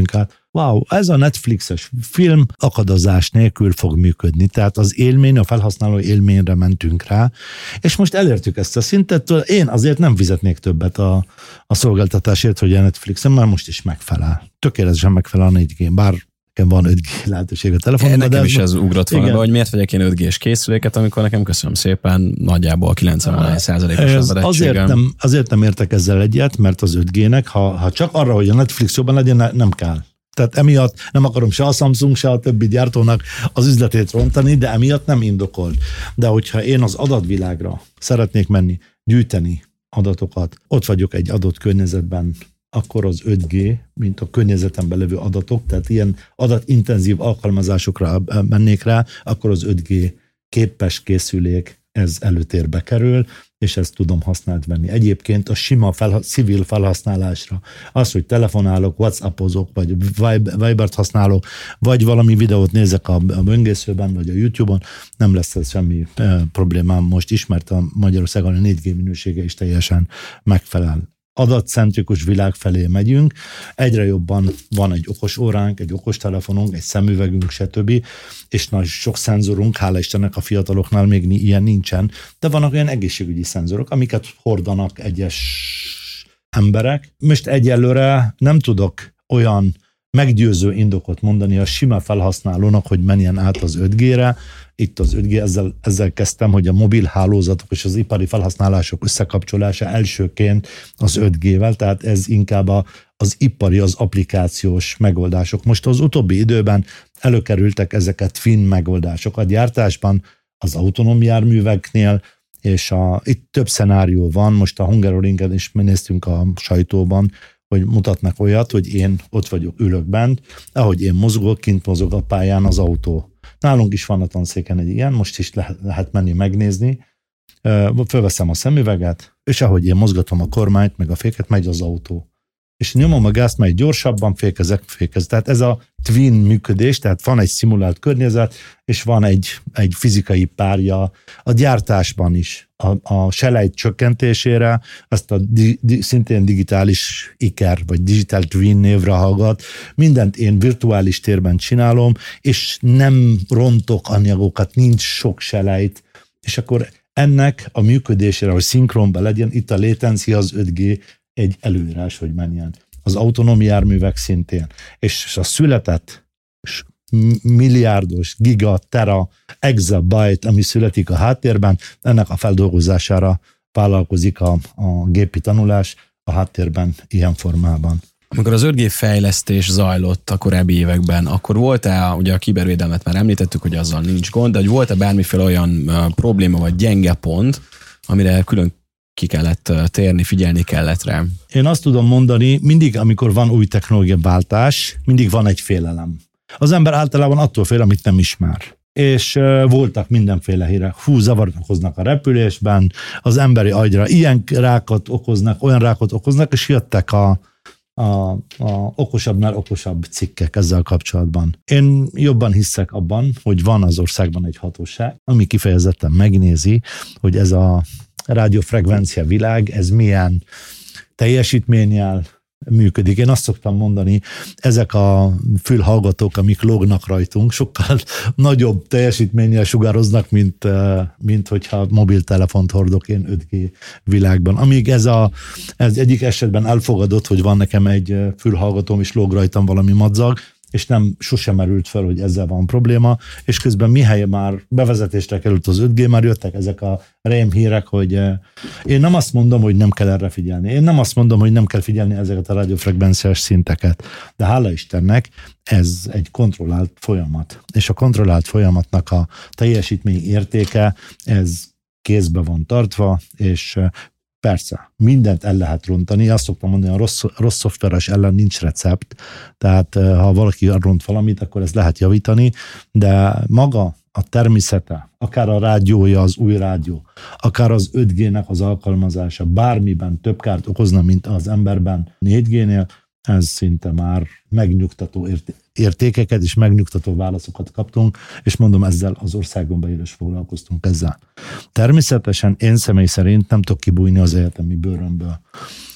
wow, ez a Netflixes film akadozás nélkül fog működni. Tehát az élmény, a felhasználó élményre mentünk rá, és most elértük ezt a szintet. Én azért nem fizetnék többet a, a szolgáltatásért, hogy a Netflixen már most is megfelel. Tökéletesen megfelel a négy G, bár nekem van öt G lehetőség a telefonomban. Nekem is ez ugrott volna be, hogy miért vegyek én öt G-s készüléket, amikor nekem, köszönöm szépen, nagyjából kilencven százalékos az azért nem, azért nem értek ezzel egyet, mert az öt G-nek, ha, ha csak arra, hogy a Netflix jobban legyen, nem kell. Tehát emiatt nem akarom se a Samsung, se a többi gyártónak az üzletét rontani, de emiatt nem indokolt. De hogyha én az adatvilágra szeretnék menni, gyűjteni adatokat, ott vagyok egy adott környezetben, akkor az öt G, mint a környezetemben levő adatok, tehát ilyen adatintenzív alkalmazásokra mennék rá, akkor az öt G képes készülék, ez előtérbe kerül, és ezt tudom használt venni. Egyébként a sima felha- civil felhasználásra, az, hogy telefonálok, WhatsAppozok, vagy Vibert használok, vagy valami videót nézek a, a böngészőben, vagy a YouTube-on, nem lesz ez semmi e, problémám most is, mert a Magyarországon a négy G minősége is teljesen megfelel. Adatcentrikus világ felé megyünk, egyre jobban van egy okos óránk, egy okos telefonunk, egy szemüvegünk, stb. És nagy sok szenzorunk, hála Istennek a fiataloknál még ilyen nincsen, de vannak olyan egészségügyi szenzorok, amiket hordanak egyes emberek. Most egyelőre nem tudok olyan meggyőző indokot mondani a sima felhasználónak, hogy menjen át az öt G-re. Itt az öt G, ezzel, ezzel kezdtem, hogy a mobil hálózatok és az ipari felhasználások összekapcsolása elsőként az öt G-vel, tehát ez inkább a, az ipari, az applikációs megoldások. Most az utóbbi időben előkerültek ezeket fin megoldások a gyártásban, az autonóm járműveknél, és a, itt több szenárió van, most a Hungaroringen is néztünk a sajtóban, hogy mutatnak olyat, hogy én ott vagyok, ülök bent, ahogy én mozgok, kint mozog a pályán az autó. Nálunk is van a tanszéken egy ilyen, most is lehet, lehet menni megnézni. Fölveszem a szemüveget, és ahogy én mozgatom a kormányt, meg a féket, megy az autó. És nyomom a gázt, megy gyorsabban, fékezek, fékezek. Tehát ez a twin működés, tehát van egy szimulált környezet, és van egy, egy fizikai párja a gyártásban is. A, a selejt csökkentésére, ezt a di, di, szintén digitális iker, vagy digital twin névre hallgat. Mindent én virtuális térben csinálom, és nem rontok anyagokat, nincs sok selejt, és akkor ennek a működésére, hogy szinkronban legyen, itt a latency az öt G egy előírás, hogy menjen. Az autonóm járművek szintén. És a született milliárdos, giga, tera, exabyte, ami születik a háttérben, ennek a feldolgozására vállalkozik a, a gépi tanulás a háttérben ilyen formában. Amikor az öt G fejlesztés zajlott a korábbi években, akkor volt-e, ugye a kibervédelmet már említettük, hogy azzal nincs gond, de hogy volt-e bármiféle olyan uh, probléma vagy gyenge pont, amire külön ki kellett térni, figyelni kellett rá? Én azt tudom mondani, mindig, amikor van új technológiaváltás, mindig van egy félelem. Az ember általában attól fél, amit nem ismer. És uh, voltak mindenféle hírek. Hú, zavart okoznak a repülésben, az emberi agyra ilyen rákot okoznak, olyan rákot okoznak, és jöttek a, a, a okosabbnál okosabb cikkek ezzel kapcsolatban. Én jobban hiszek abban, hogy van az országban egy hatóság, ami kifejezetten megnézi, hogy ez a rádiófrekvencia világ, ez milyen teljesítménnyel működik. Én azt szoktam mondani, ezek a fülhallgatók, amik lógnak rajtunk, sokkal nagyobb teljesítménnyel sugároznak, mint, mint hogyha mobiltelefont hordok én öt G világban. Amíg ez, a, ez egyik esetben elfogadott, hogy van nekem egy fülhallgatóm, és lóg rajtam valami madzag, és nem sosem merült fel, hogy ezzel van probléma, és közben mihely már bevezetésre került az öt G, már jöttek ezek a rémhírek, hogy én nem azt mondom, hogy nem kell erre figyelni. Én nem azt mondom, hogy nem kell figyelni ezeket a rádiófrekvenciás szinteket. De hála Istennek, ez egy kontrollált folyamat. És a kontrollált folyamatnak a teljesítmény értéke, ez kézbe van tartva, és persze, mindent el lehet rontani. Azt szoktam mondani, a rossz, rossz szoftveres ellen nincs recept, tehát ha valaki ront valamit, akkor ezt lehet javítani, de maga a természete, akár a rádiója, az új rádió, akár az öt G-nek az alkalmazása, bármiben több kárt okozna, mint az emberben négy G-nél, ez szinte már megnyugtató értékeket és megnyugtató válaszokat kaptunk, és mondom, ezzel az országon belül is foglalkoztunk ezzel. Természetesen én személy szerint nem tudok kibújni az egyetemi bőrömből.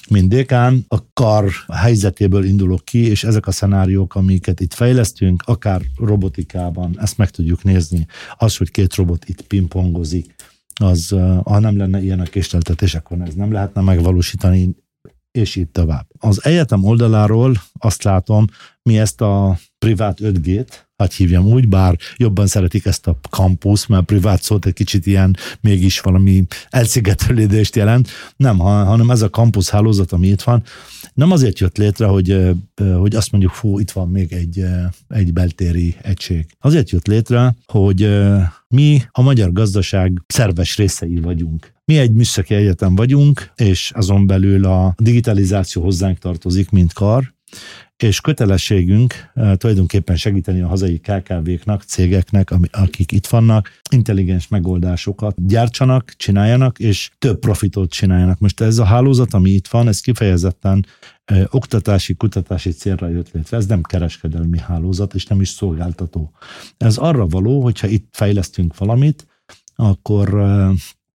mint dékán, a kar helyzetéből indulok ki, és ezek a szenáriók, amiket itt fejlesztünk, akár robotikában, ezt meg tudjuk nézni. Az, hogy két robot itt pingpongozik, az, ha nem lenne ilyen a késleltetés, akkor ez nem lehetne megvalósítani, és így tovább. Az egyetem oldaláról azt látom, mi ezt a privát öt G-t, hát hívjam úgy, bár jobban szeretik ezt a campus, mert privát szót egy kicsit ilyen mégis valami elszigetelődést jelent. Nem, hanem ez a campus hálózat, ami itt van, nem azért jött létre, hogy, hogy azt mondjuk, fú, itt van még egy, egy beltéri egység. Azért jött létre, hogy mi a magyar gazdaság szerves részei vagyunk. Mi egy műszaki egyetem vagyunk, és azon belül a digitalizáció hozzánk tartozik, mint kar, és kötelességünk tulajdonképpen segíteni a hazai ká ká vé-knak, cégeknek, akik itt vannak, intelligens megoldásokat gyártsanak, csináljanak, és több profitot csináljanak. Most ez a hálózat, ami itt van, ez kifejezetten ö, oktatási, kutatási célra jött létre. Ez nem kereskedelmi hálózat, és nem is szolgáltató. Ez arra való, hogyha itt fejlesztünk valamit, akkor ö,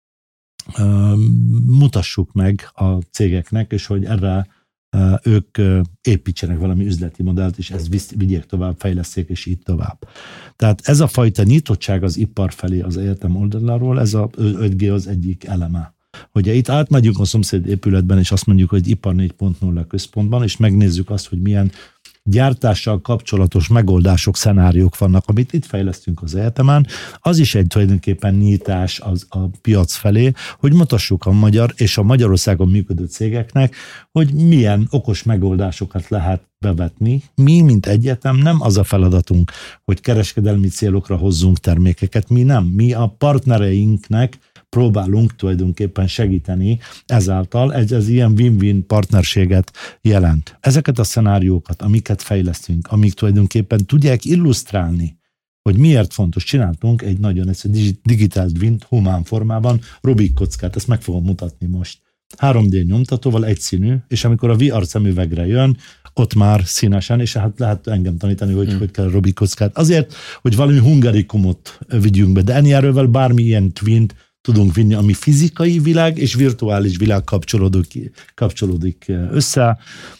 ö, mutassuk meg a cégeknek, és hogy erre ők építsenek valami üzleti modellt, és ezt vigyék tovább, fejleszték, és így tovább. Tehát ez a fajta nyitottság az ipar felé az egyetem oldaláról, ez a öt G az egyik eleme. Hogyha itt átmegyünk a szomszéd épületben, és azt mondjuk, hogy ipar négy pont nulla központban, és megnézzük azt, hogy milyen gyártással kapcsolatos megoldások, szenáriók vannak, amit itt fejlesztünk az egyetemen, az is egy tulajdonképpen nyitás az, a piac felé, hogy mutassuk a magyar és a Magyarországon működő cégeknek, hogy milyen okos megoldásokat lehet bevetni. Mi, mint egyetem, nem az a feladatunk, hogy kereskedelmi célokra hozzunk termékeket, mi nem. Mi a partnereinknek próbálunk tulajdonképpen segíteni ezáltal, ez, ez ilyen win-win partnerséget jelent. Ezeket a szenáriókat, amiket fejlesztünk, amik tulajdonképpen tudják illusztrálni, hogy miért fontos, csináltunk egy nagyon egyszerű digital twin humán formában Rubik kockát, ezt meg fogom mutatni most. három dé nyomtatóval egyszínű, és amikor a vé er szemüvegre jön, ott már színesen, és hát lehet engem tanítani, hogy hmm. hogy kell Rubik kockát. Azért, hogy valami hungarikumot vigyünk be, de ennyierővel bármilyen twint tudunk vinni, ami fizikai világ és virtuális világ kapcsolódik, kapcsolódik össze.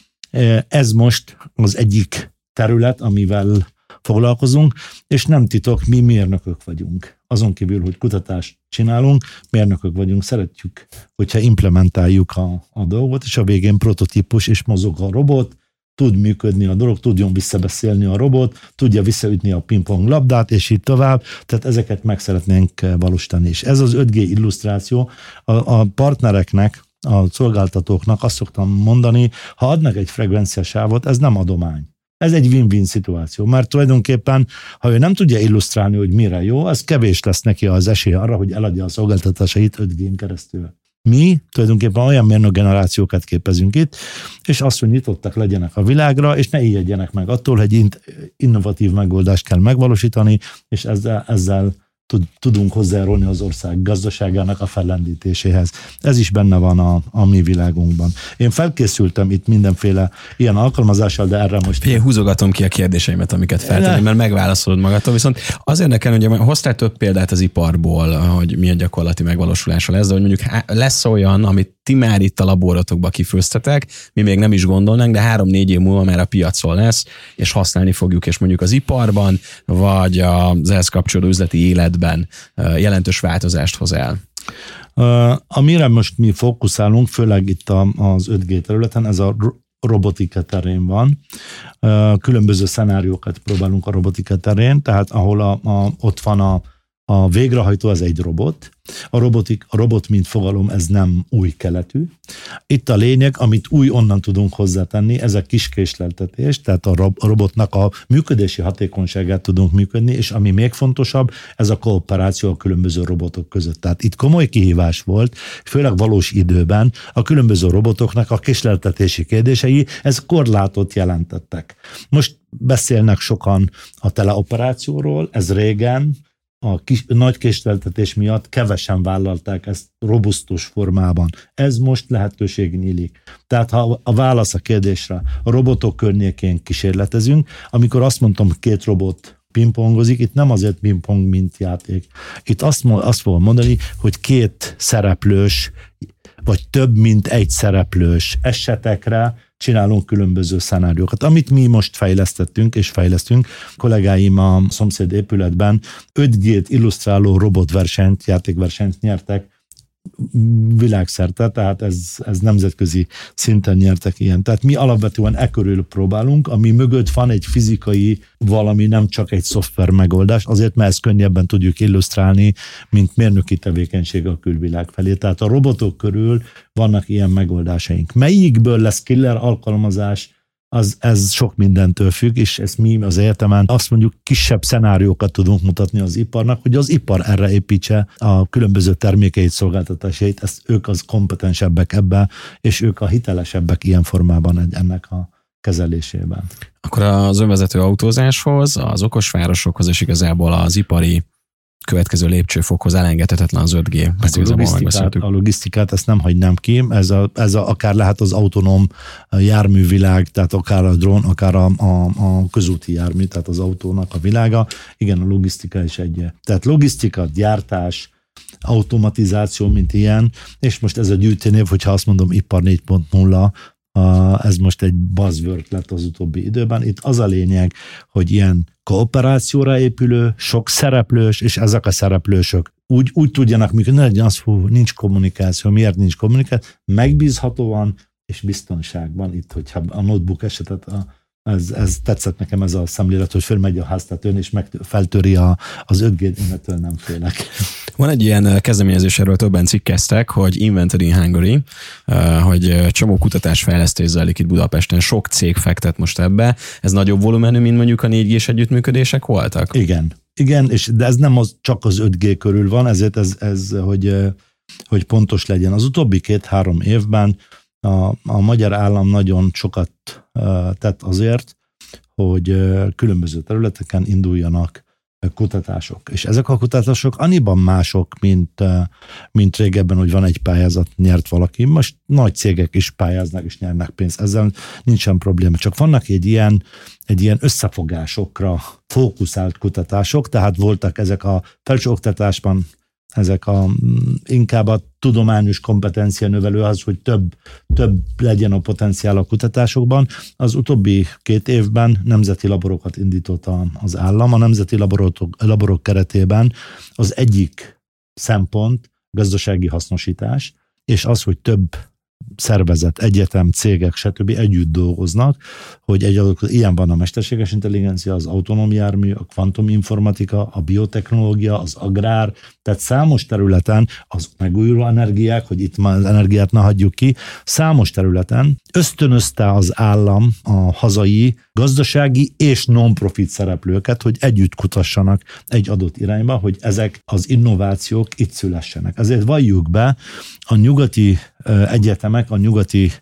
Ez most az egyik terület, amivel foglalkozunk, és nem titok, mi mérnökök vagyunk. Azon kívül, hogy kutatást csinálunk, mérnökök vagyunk, szeretjük, hogyha implementáljuk a, a dolgot, és a végén prototípus, és mozog a robot, tud működni a dolog, tudjon visszabeszélni a robot, tudja visszaütni a pingpong labdát, és így tovább. Tehát ezeket meg szeretnénk valósítani. És ez az öt G illusztráció a, a partnereknek, a szolgáltatóknak azt szoktam mondani, ha adnak egy frekvenciasávot, ez nem adomány. Ez egy win-win szituáció, mert tulajdonképpen, ha ő nem tudja illusztrálni, hogy mire jó, az kevés lesz neki az esély arra, hogy eladja a szolgáltatásait öt G-n keresztül. Mi tulajdonképpen olyan mérnök generációkat képezünk itt, és azt, hogy nyitottak legyenek a világra, és ne ijedjenek meg attól, hogy innovatív megoldást kell megvalósítani, és ezzel, ezzel tudunk hozzájárulni az ország gazdaságának a fellendítéséhez. Ez is benne van a, a mi világunkban. Én felkészültem itt mindenféle ilyen alkalmazással, de erre most... Én húzogatom ki a kérdéseimet, amiket feltenni, mert megválaszolod magadtól, viszont azért nekem, hogy hoztál több példát az iparból, hogy milyen gyakorlati megvalósulása lesz, de hogy mondjuk lesz olyan, amit ti már itt a laboratokba kifőztetek, mi még nem is gondolnánk, de három-négy év múlva már a piacon lesz, és használni fogjuk, és mondjuk az iparban, vagy az ehhez kapcsolódó üzleti életben jelentős változást hoz el. Amire most mi fókuszálunk, főleg itt az öt G területen, ez a robotika terén van. Különböző szenáriókat próbálunk a robotika terén, tehát ahol a, a, ott van a A végrehajtó az egy robot. A, robotik, a robot, mint fogalom, ez nem új keletű. Itt a lényeg, amit új onnan tudunk hozzátenni, ez a kis késleltetés, tehát a, rob, a robotnak a működési hatékonyságát tudunk működni, és ami még fontosabb, ez a kooperáció a különböző robotok között. Tehát itt komoly kihívás volt, főleg valós időben a különböző robotoknak a késleltetési kérdései, ez korlátot jelentettek. Most beszélnek sokan a teleoperációról, ez régen, a kis, nagy késleltetés miatt kevesen vállalták ezt robusztus formában. Ez most lehetőség nyílik. Tehát ha a válasz a kérdésre, a robotok környékén kísérletezünk, amikor azt mondtam, két robot pingpongozik, itt nem azért pingpong, mint játék. Itt azt, azt fogom mondani, hogy két szereplős vagy több mint egy szereplős esetekre csinálunk különböző szenáriókat. Amit mi most fejlesztettünk és fejlesztünk, kollégáim a szomszéd épületben öt gét illusztráló robotversenyt, játékversenyt nyertek világszerte, tehát ez, ez nemzetközi szinten nyertek ilyen. Tehát mi alapvetően e körül próbálunk, ami mögött van egy fizikai valami, nem csak egy szoftver megoldás, azért, mert ezt könnyebben tudjuk illusztrálni, mint mérnöki tevékenység a külvilág felé. Tehát a robotok körül vannak ilyen megoldásaink. Melyikből lesz killer alkalmazás, az, ez sok mindentől függ, és ezt mi az egyetemen azt mondjuk kisebb szenáriókat tudunk mutatni az iparnak, hogy az ipar erre építse a különböző termékeit, szolgáltatásait, ezt ők az kompetensebbek ebben, és ők a hitelesebbek ilyen formában ennek a kezelésében. Akkor az önvezető autózáshoz, az okosvárosokhoz és igazából az ipari következő lépcsőfokhoz elengedhetetlen az öt G. Ezt a, logisztikát, a logisztikát, ezt nem hagynám ki, ez, a, ez a, akár lehet az autonóm járművilág, tehát akár a drón, akár a, a, a közúti jármű, tehát az autónak a világa. Igen, a logisztika is egy. Tehát logisztika, gyártás, automatizáció, mint ilyen, és most ez a gyűjtőnév, hogyha azt mondom ipar négy pont nulla, ez most egy buzzword lett az utóbbi időben. Itt az a lényeg, hogy ilyen kooperációra épülő, sok szereplős, és ezek a szereplősök úgy, úgy tudjanak működni, ne legyen az, hú, nincs kommunikáció. Miért nincs kommunikáció? Megbízhatóan és biztonságban. Itt, hogyha a notebook esetet, a, ez, ez tetszett nekem ez a szemlélet, hogy fölmegy a háztetőn, és meg feltöri a, az öt G-t, innentől nem félek. Van egy ilyen kezdeményezés, erről többen cikkeztek, hogy Invented in Hungary, hogy csomó kutatásfejlesztés zajlik itt Budapesten, sok cég fektet most ebbe. Ez nagyobb volumenű, mint mondjuk a négy G-s együttműködések voltak? Igen, igen, és de ez nem az, csak az öt G körül van, ezért ez, ez hogy, hogy pontos legyen. Az utóbbi két-három évben a, a magyar állam nagyon sokat tett azért, hogy különböző területeken induljanak kutatások. És ezek a kutatások annyiban mások, mint, mint régebben, hogy van egy pályázat, nyert valaki. Most nagy cégek is pályáznak és nyernek pénzt. Ezzel nincsen probléma. Csak vannak egy ilyen, egy ilyen összefogásokra fókuszált kutatások, tehát voltak ezek a felsőoktatásban, ezek a inkább a tudományos kompetencia növelő az, hogy több, több legyen a potenciál a kutatásokban. Az utóbbi két évben nemzeti laborokat indított az állam. A nemzeti laborok, laborok keretében az egyik szempont gazdasági hasznosítás, és az, hogy több szervezet, egyetem, cégek, stb. Együtt dolgoznak, hogy egy adott, ilyen van a mesterséges intelligencia, az autonóm jármű, a kvantuminformatika, a biotechnológia, az agrár, tehát számos területen az megújuló energiák, hogy itt már az energiát ne hagyjuk ki, számos területen ösztönözte az állam a hazai gazdasági és non-profit szereplőket, hogy együtt kutassanak egy adott irányba, hogy ezek az innovációk itt szülessenek. Ezért valljuk be, a nyugati egyetemek, a nyugati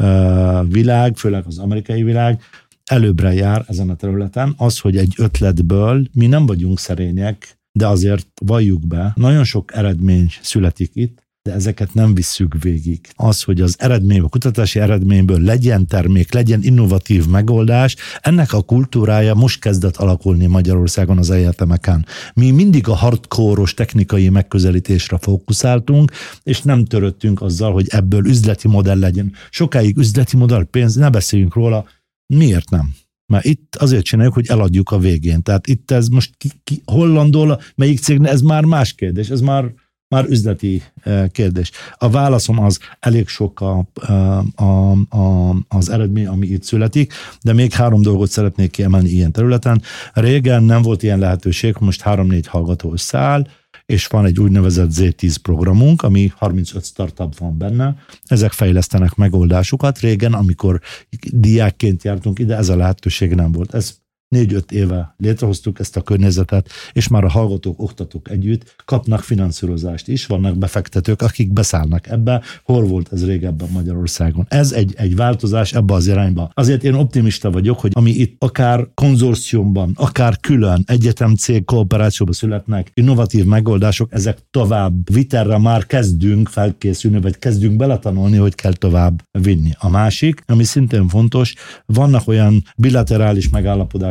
világ, főleg az amerikai világ előbbre jár ezen a területen. Az, hogy egy ötletből mi nem vagyunk szerények, de azért valljuk be, nagyon sok eredmény születik itt, de ezeket nem visszük végig. Az, hogy az eredmény, a kutatási eredményből legyen termék, legyen innovatív megoldás, ennek a kultúrája most kezdett alakulni Magyarországon az egyetemeken. Mi mindig a hardcore-os technikai megközelítésre fókuszáltunk, és nem törődtünk azzal, hogy ebből üzleti modell legyen. Sokáig üzleti modell, pénz, ne beszéljünk róla. Miért nem? Mert itt azért csináljuk, hogy eladjuk a végén. Tehát itt ez most ki, ki, hol landol, melyik cég, ez már más kérdés, ez már Már üzleti kérdés. A válaszom az, elég sok a, a, a, az eredmény, ami itt születik, de még három dolgot szeretnék kiemelni ilyen területen. Régen nem volt ilyen lehetőség, most három-négy hallgató összeáll, és van egy úgynevezett zé tíz programunk, ami harmincöt startup van benne. Ezek fejlesztenek megoldásokat. Régen, amikor diákként jártunk ide, ez a lehetőség nem volt. Ez négy-öt éve létrehoztuk ezt a környezetet, és már a hallgatók, oktatók együtt kapnak finanszírozást is, vannak befektetők, akik beszállnak ebbe. Hol volt ez régebben Magyarországon? Ez egy, egy változás ebbe az irányba. Azért én optimista vagyok, hogy ami itt akár konzorciumban, akár külön egyetem-cég kooperációban születnek innovatív megoldások, ezek tovább viterre már kezdünk felkészülni, vagy kezdünk beletanulni, hogy kell tovább vinni. A másik, ami szintén fontos, vannak olyan bilaterális megállapodások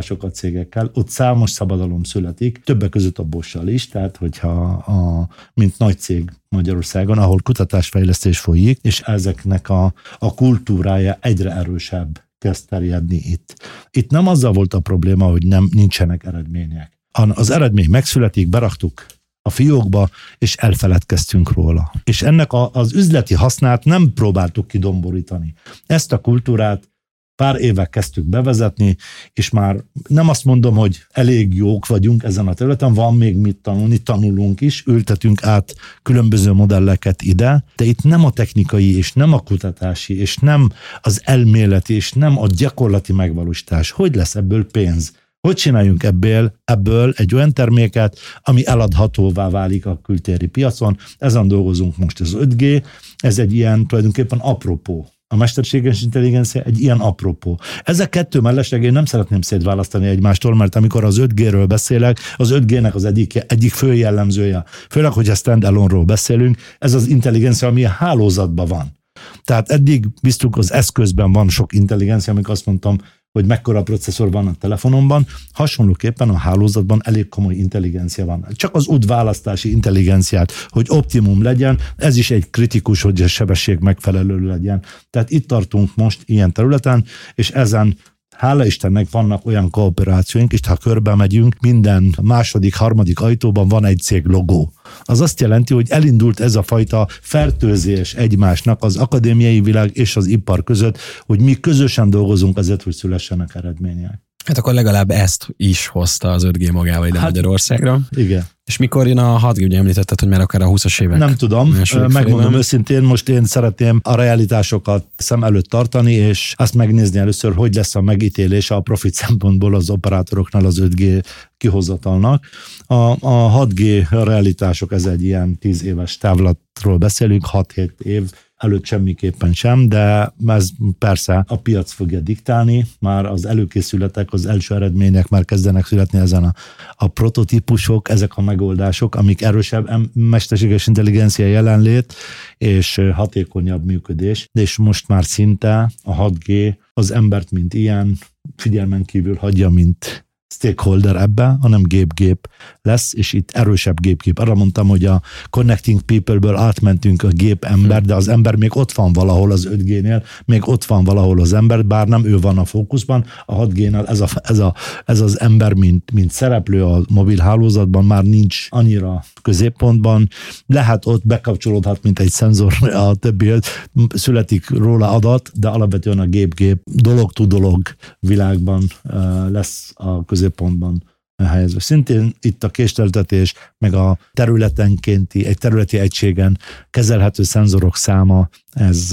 megállapodásokat cégekkel, ott számos szabadalom születik, többek között a Bosch-sal is, tehát hogyha a, mint nagy cég Magyarországon, ahol kutatásfejlesztés folyik, és ezeknek a, a kultúrája egyre erősebb kezd terjedni itt. Itt nem azzal volt a probléma, hogy nem nincsenek eredmények. Az eredmény megszületik, beraktuk a fiókba, és elfeledkeztünk róla. És ennek a, az üzleti hasznát nem próbáltuk kidomborítani. Ezt a kultúrát pár éve kezdtük bevezetni, és már nem azt mondom, hogy elég jók vagyunk ezen a területen, van még mit tanulni, tanulunk is, ültetünk át különböző modelleket ide, de itt nem a technikai, és nem a kutatási, és nem az elméleti, és nem a gyakorlati megvalósítás. Hogy lesz ebből pénz? Hogy csináljunk ebből, ebből egy olyan terméket, ami eladhatóvá válik a kültéri piacon? Ezen dolgozunk most, az öt G, ez egy ilyen tulajdonképpen apropó. A mesterséges intelligencia egy ilyen apropó. Ezek kettő mellesleg én nem szeretném szétválasztani egymástól, mert amikor az öt G-ről beszélek, az öt G-nek az egyik, egyik fő jellemzője, főleg, hogy a stand-alone-ról beszélünk, ez az intelligencia, ami a hálózatban van. Tehát eddig biztos az eszközben van sok intelligencia, amikor azt mondtam, hogy mekkora processzor van a telefonomban, hasonlóképpen a hálózatban elég komoly intelligencia van. Csak az útválasztási intelligenciát, hogy optimum legyen, ez is egy kritikus, hogy a sebesség megfelelő legyen. Tehát itt tartunk most ilyen területen, és ezen hála Istennek vannak olyan kooperációink, és ha körbe megyünk, minden második, harmadik ajtóban van egy cég logó. Az azt jelenti, hogy elindult ez a fajta fertőzés egymásnak az akadémiai világ és az ipar között, hogy mi közösen dolgozunk azért, hogy szülessenek eredmények. Hát akkor legalább ezt is hozta az öt G magával ide hát, Magyarországra. Igen. És mikor jön a hat G, ugye említetted, hogy már akár a húszas évek? Nem tudom, megmondom őszintén, most én szeretném a realitásokat szem előtt tartani, és azt megnézni először, hogy lesz a megítélése a profit szempontból az operátoroknál az öt G kihozatalnak. A, a hat G realitások, ez egy ilyen tíz éves távlatról beszélünk, hat-hét év előtt semmiképpen sem, de ez persze a piac fogja diktálni, már az előkészületek, az első eredmények már kezdenek születni ezen a, a prototípusok, ezek a megoldások, amik erősebb mesterséges intelligencia jelenlét és hatékonyabb működés, és most már szinte a hat G az embert, mint ilyen, figyelmen kívül hagyja, mint stakeholder ebbe, hanem gép-gép lesz, és itt erősebb gép-gép. Arra mondtam, hogy a Connecting People-ből átmentünk a gép-ember, de az ember még ott van valahol az öt G-nél, még ott van valahol az ember, bár nem ő van a fókuszban, a hat G-nál ez, a, ez, a, ez az ember, mint, mint szereplő a mobil hálózatban már nincs annyira középpontban, lehet ott bekapcsolódhat, mint egy szenzor, a többi születik róla adat, de alapvetően a gép-gép dolog-to-dolog világban lesz a középpontban helyezve. Szintén itt a késleltetés, meg a területenkénti, egy területi egységen kezelhető szenzorok száma, ez,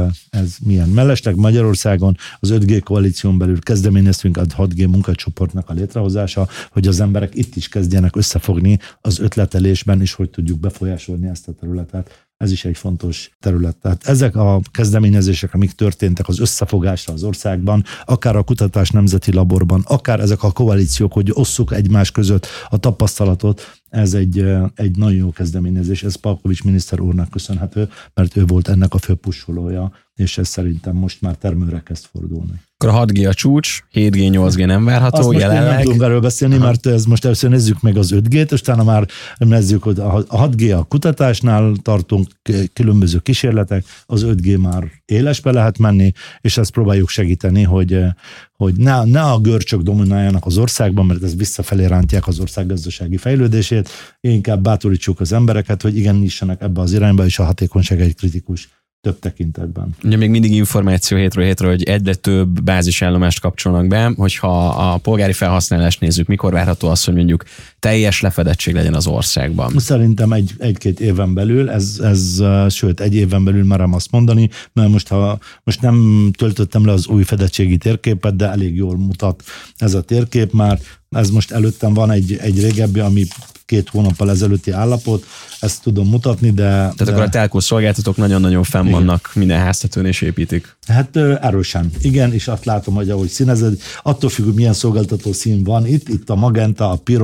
ez milyen. Mellesleg Magyarországon az öt G koalíción belül kezdeményeztünk a hat G munkacsoportnak a létrehozása, hogy az emberek itt is kezdjenek összefogni az ötletelésben, és hogy tudjuk befolyásolni ezt a területet. Ez is egy fontos terület. Tehát ezek a kezdeményezések, amik történtek az összefogásra az országban, akár a Kutatás Nemzeti Laborban, akár ezek a koalíciók, hogy osszuk egymás között a tapasztalatot, ez egy, egy nagyon jó kezdeményezés. Ez Palkovics miniszter úrnak köszönhető, mert ő volt ennek a fő pusolója, és ez szerintem most már termőre kezd fordulni. Akkor a hat G a csúcs, hét G, nyolc G nem várható, azt jelenleg. Most nem tudunk erről beszélni, Aha. mert ez most először nézzük meg az öt G-t, és utána már nézzük, hogy a hat G a kutatásnál tartunk különböző kísérletek, az öt G már élesbe lehet menni, és ezt próbáljuk segíteni, hogy, hogy ne, ne a görcsök domináljanak az országban, mert ez visszafelé rántják az ország gazdasági fejlődését, inkább bátorítsuk az embereket, hogy igen, nyissanak ebbe az irányba, és a hatékonyság egy kritikus több tekintetben. Ugye még mindig információ hétről hétre, hogy egyre több bázisállomást kapcsolnak be, hogyha a polgári felhasználást nézzük, mikor várható az, hogy mondjuk teljes lefedettség legyen az országban? Szerintem egy, egy-két éven belül, ez, ez sőt, egy éven belül merem azt mondani, mert most, ha, most nem töltöttem le az új fedettségi térképet, de elég jól mutat ez a térkép már. Ez most előttem van egy, egy régebbi, ami két hónappal ezelőtti állapot, ezt tudom mutatni, de... Tehát de... akkor a telkó szolgáltatók nagyon-nagyon fenn igen. vannak, minden háztetőn és építik. Hát erősen, igen, és azt látom, hogy ahogy színezed, attól függ, hogy milyen szolgáltató szín van itt, itt a magenta, a piros,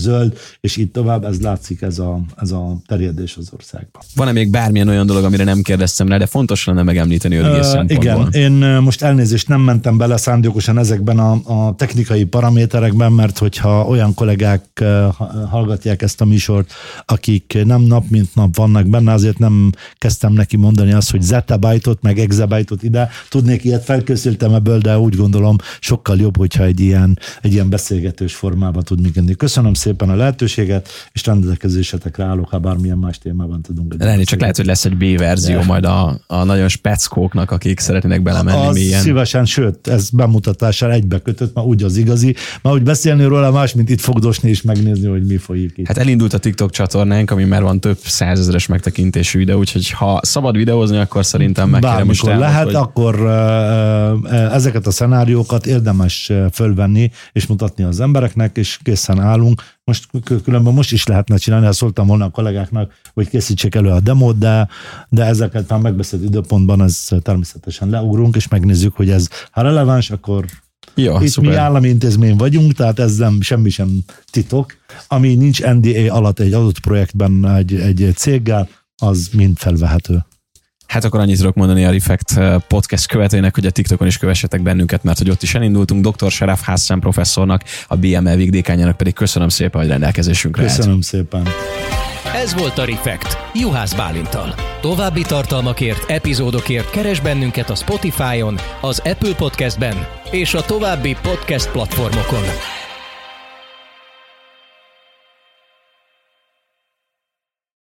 zöld, és így tovább, ez látszik ez a, ez a terjedés az országban. Van-e még bármilyen olyan dolog, amire nem kérdeztem rá, de fontos lenne megemlíteni öt G uh, szempontból? Igen, én most elnézést nem mentem bele szándékosan ezekben a, a technikai paraméterekben, mert hogyha olyan kollégák uh, hallgatják ezt a műsort, akik nem nap mint nap vannak benne, azért nem kezdtem neki mondani azt, hogy zettabyte-ot, meg exabyte-ot ide. Tudnék ilyet, felkészültem ebből, de úgy gondolom sokkal jobb, hogyha egy ilyen, egy ilyen beszélgetős formában tud működni. Köszönöm szépen a lehetőséget, és rendelkezésetekre állok, ha bármilyen más témában tudunk. Lenni, csak lehet, hogy lesz egy B-verzió de. majd a, a nagyon speckóknak, akik szeretnének belemenni az mélyen. Szívesen, sőt, ez bemutatással egybekötött, már úgy az igazi, már úgy beszélni róla más, mint itt fogdosni és megnézni, hogy mi folyik itt. Hát elindult a TikTok csatornánk, ami már van több százezeres megtekintésű videó, úgyhogy ha szabad videózni, akkor szerintem megkérem most elmond, lehet, hogy... akkor ezeket a szenáriókat érdemes fölvenni és mutatni az embereknek, és készen állunk. Most különben most is lehetne csinálni, ha szóltam volna a kollégáknak, hogy készítsék elő a demót, de, de ezeket már megbeszélt időpontban ez természetesen leugrunk, és megnézzük, hogy ez ha releváns, akkor jó, itt szuper. Mi állami intézmény vagyunk, tehát ez nem semmi sem titok. Ami nincs N D A alatt egy adott projektben egy, egy céggel, az mind felvehető. Hát akkor annyit tudok mondani a Refekt podcast követőinek, hogy a TikTokon is kövessetek bennünket, mert hogy ott is elindultunk. doktor Seraf Hászán professzornak, a B M E végdékányának pedig köszönöm szépen, hogy rendelkezésünkre állt. Köszönöm szépen. Ez volt a Refekt Juhász Bálinttal. További tartalmakért, epizódokért keresd bennünket a Spotify-on, az Apple Podcastben és a további podcast platformokon.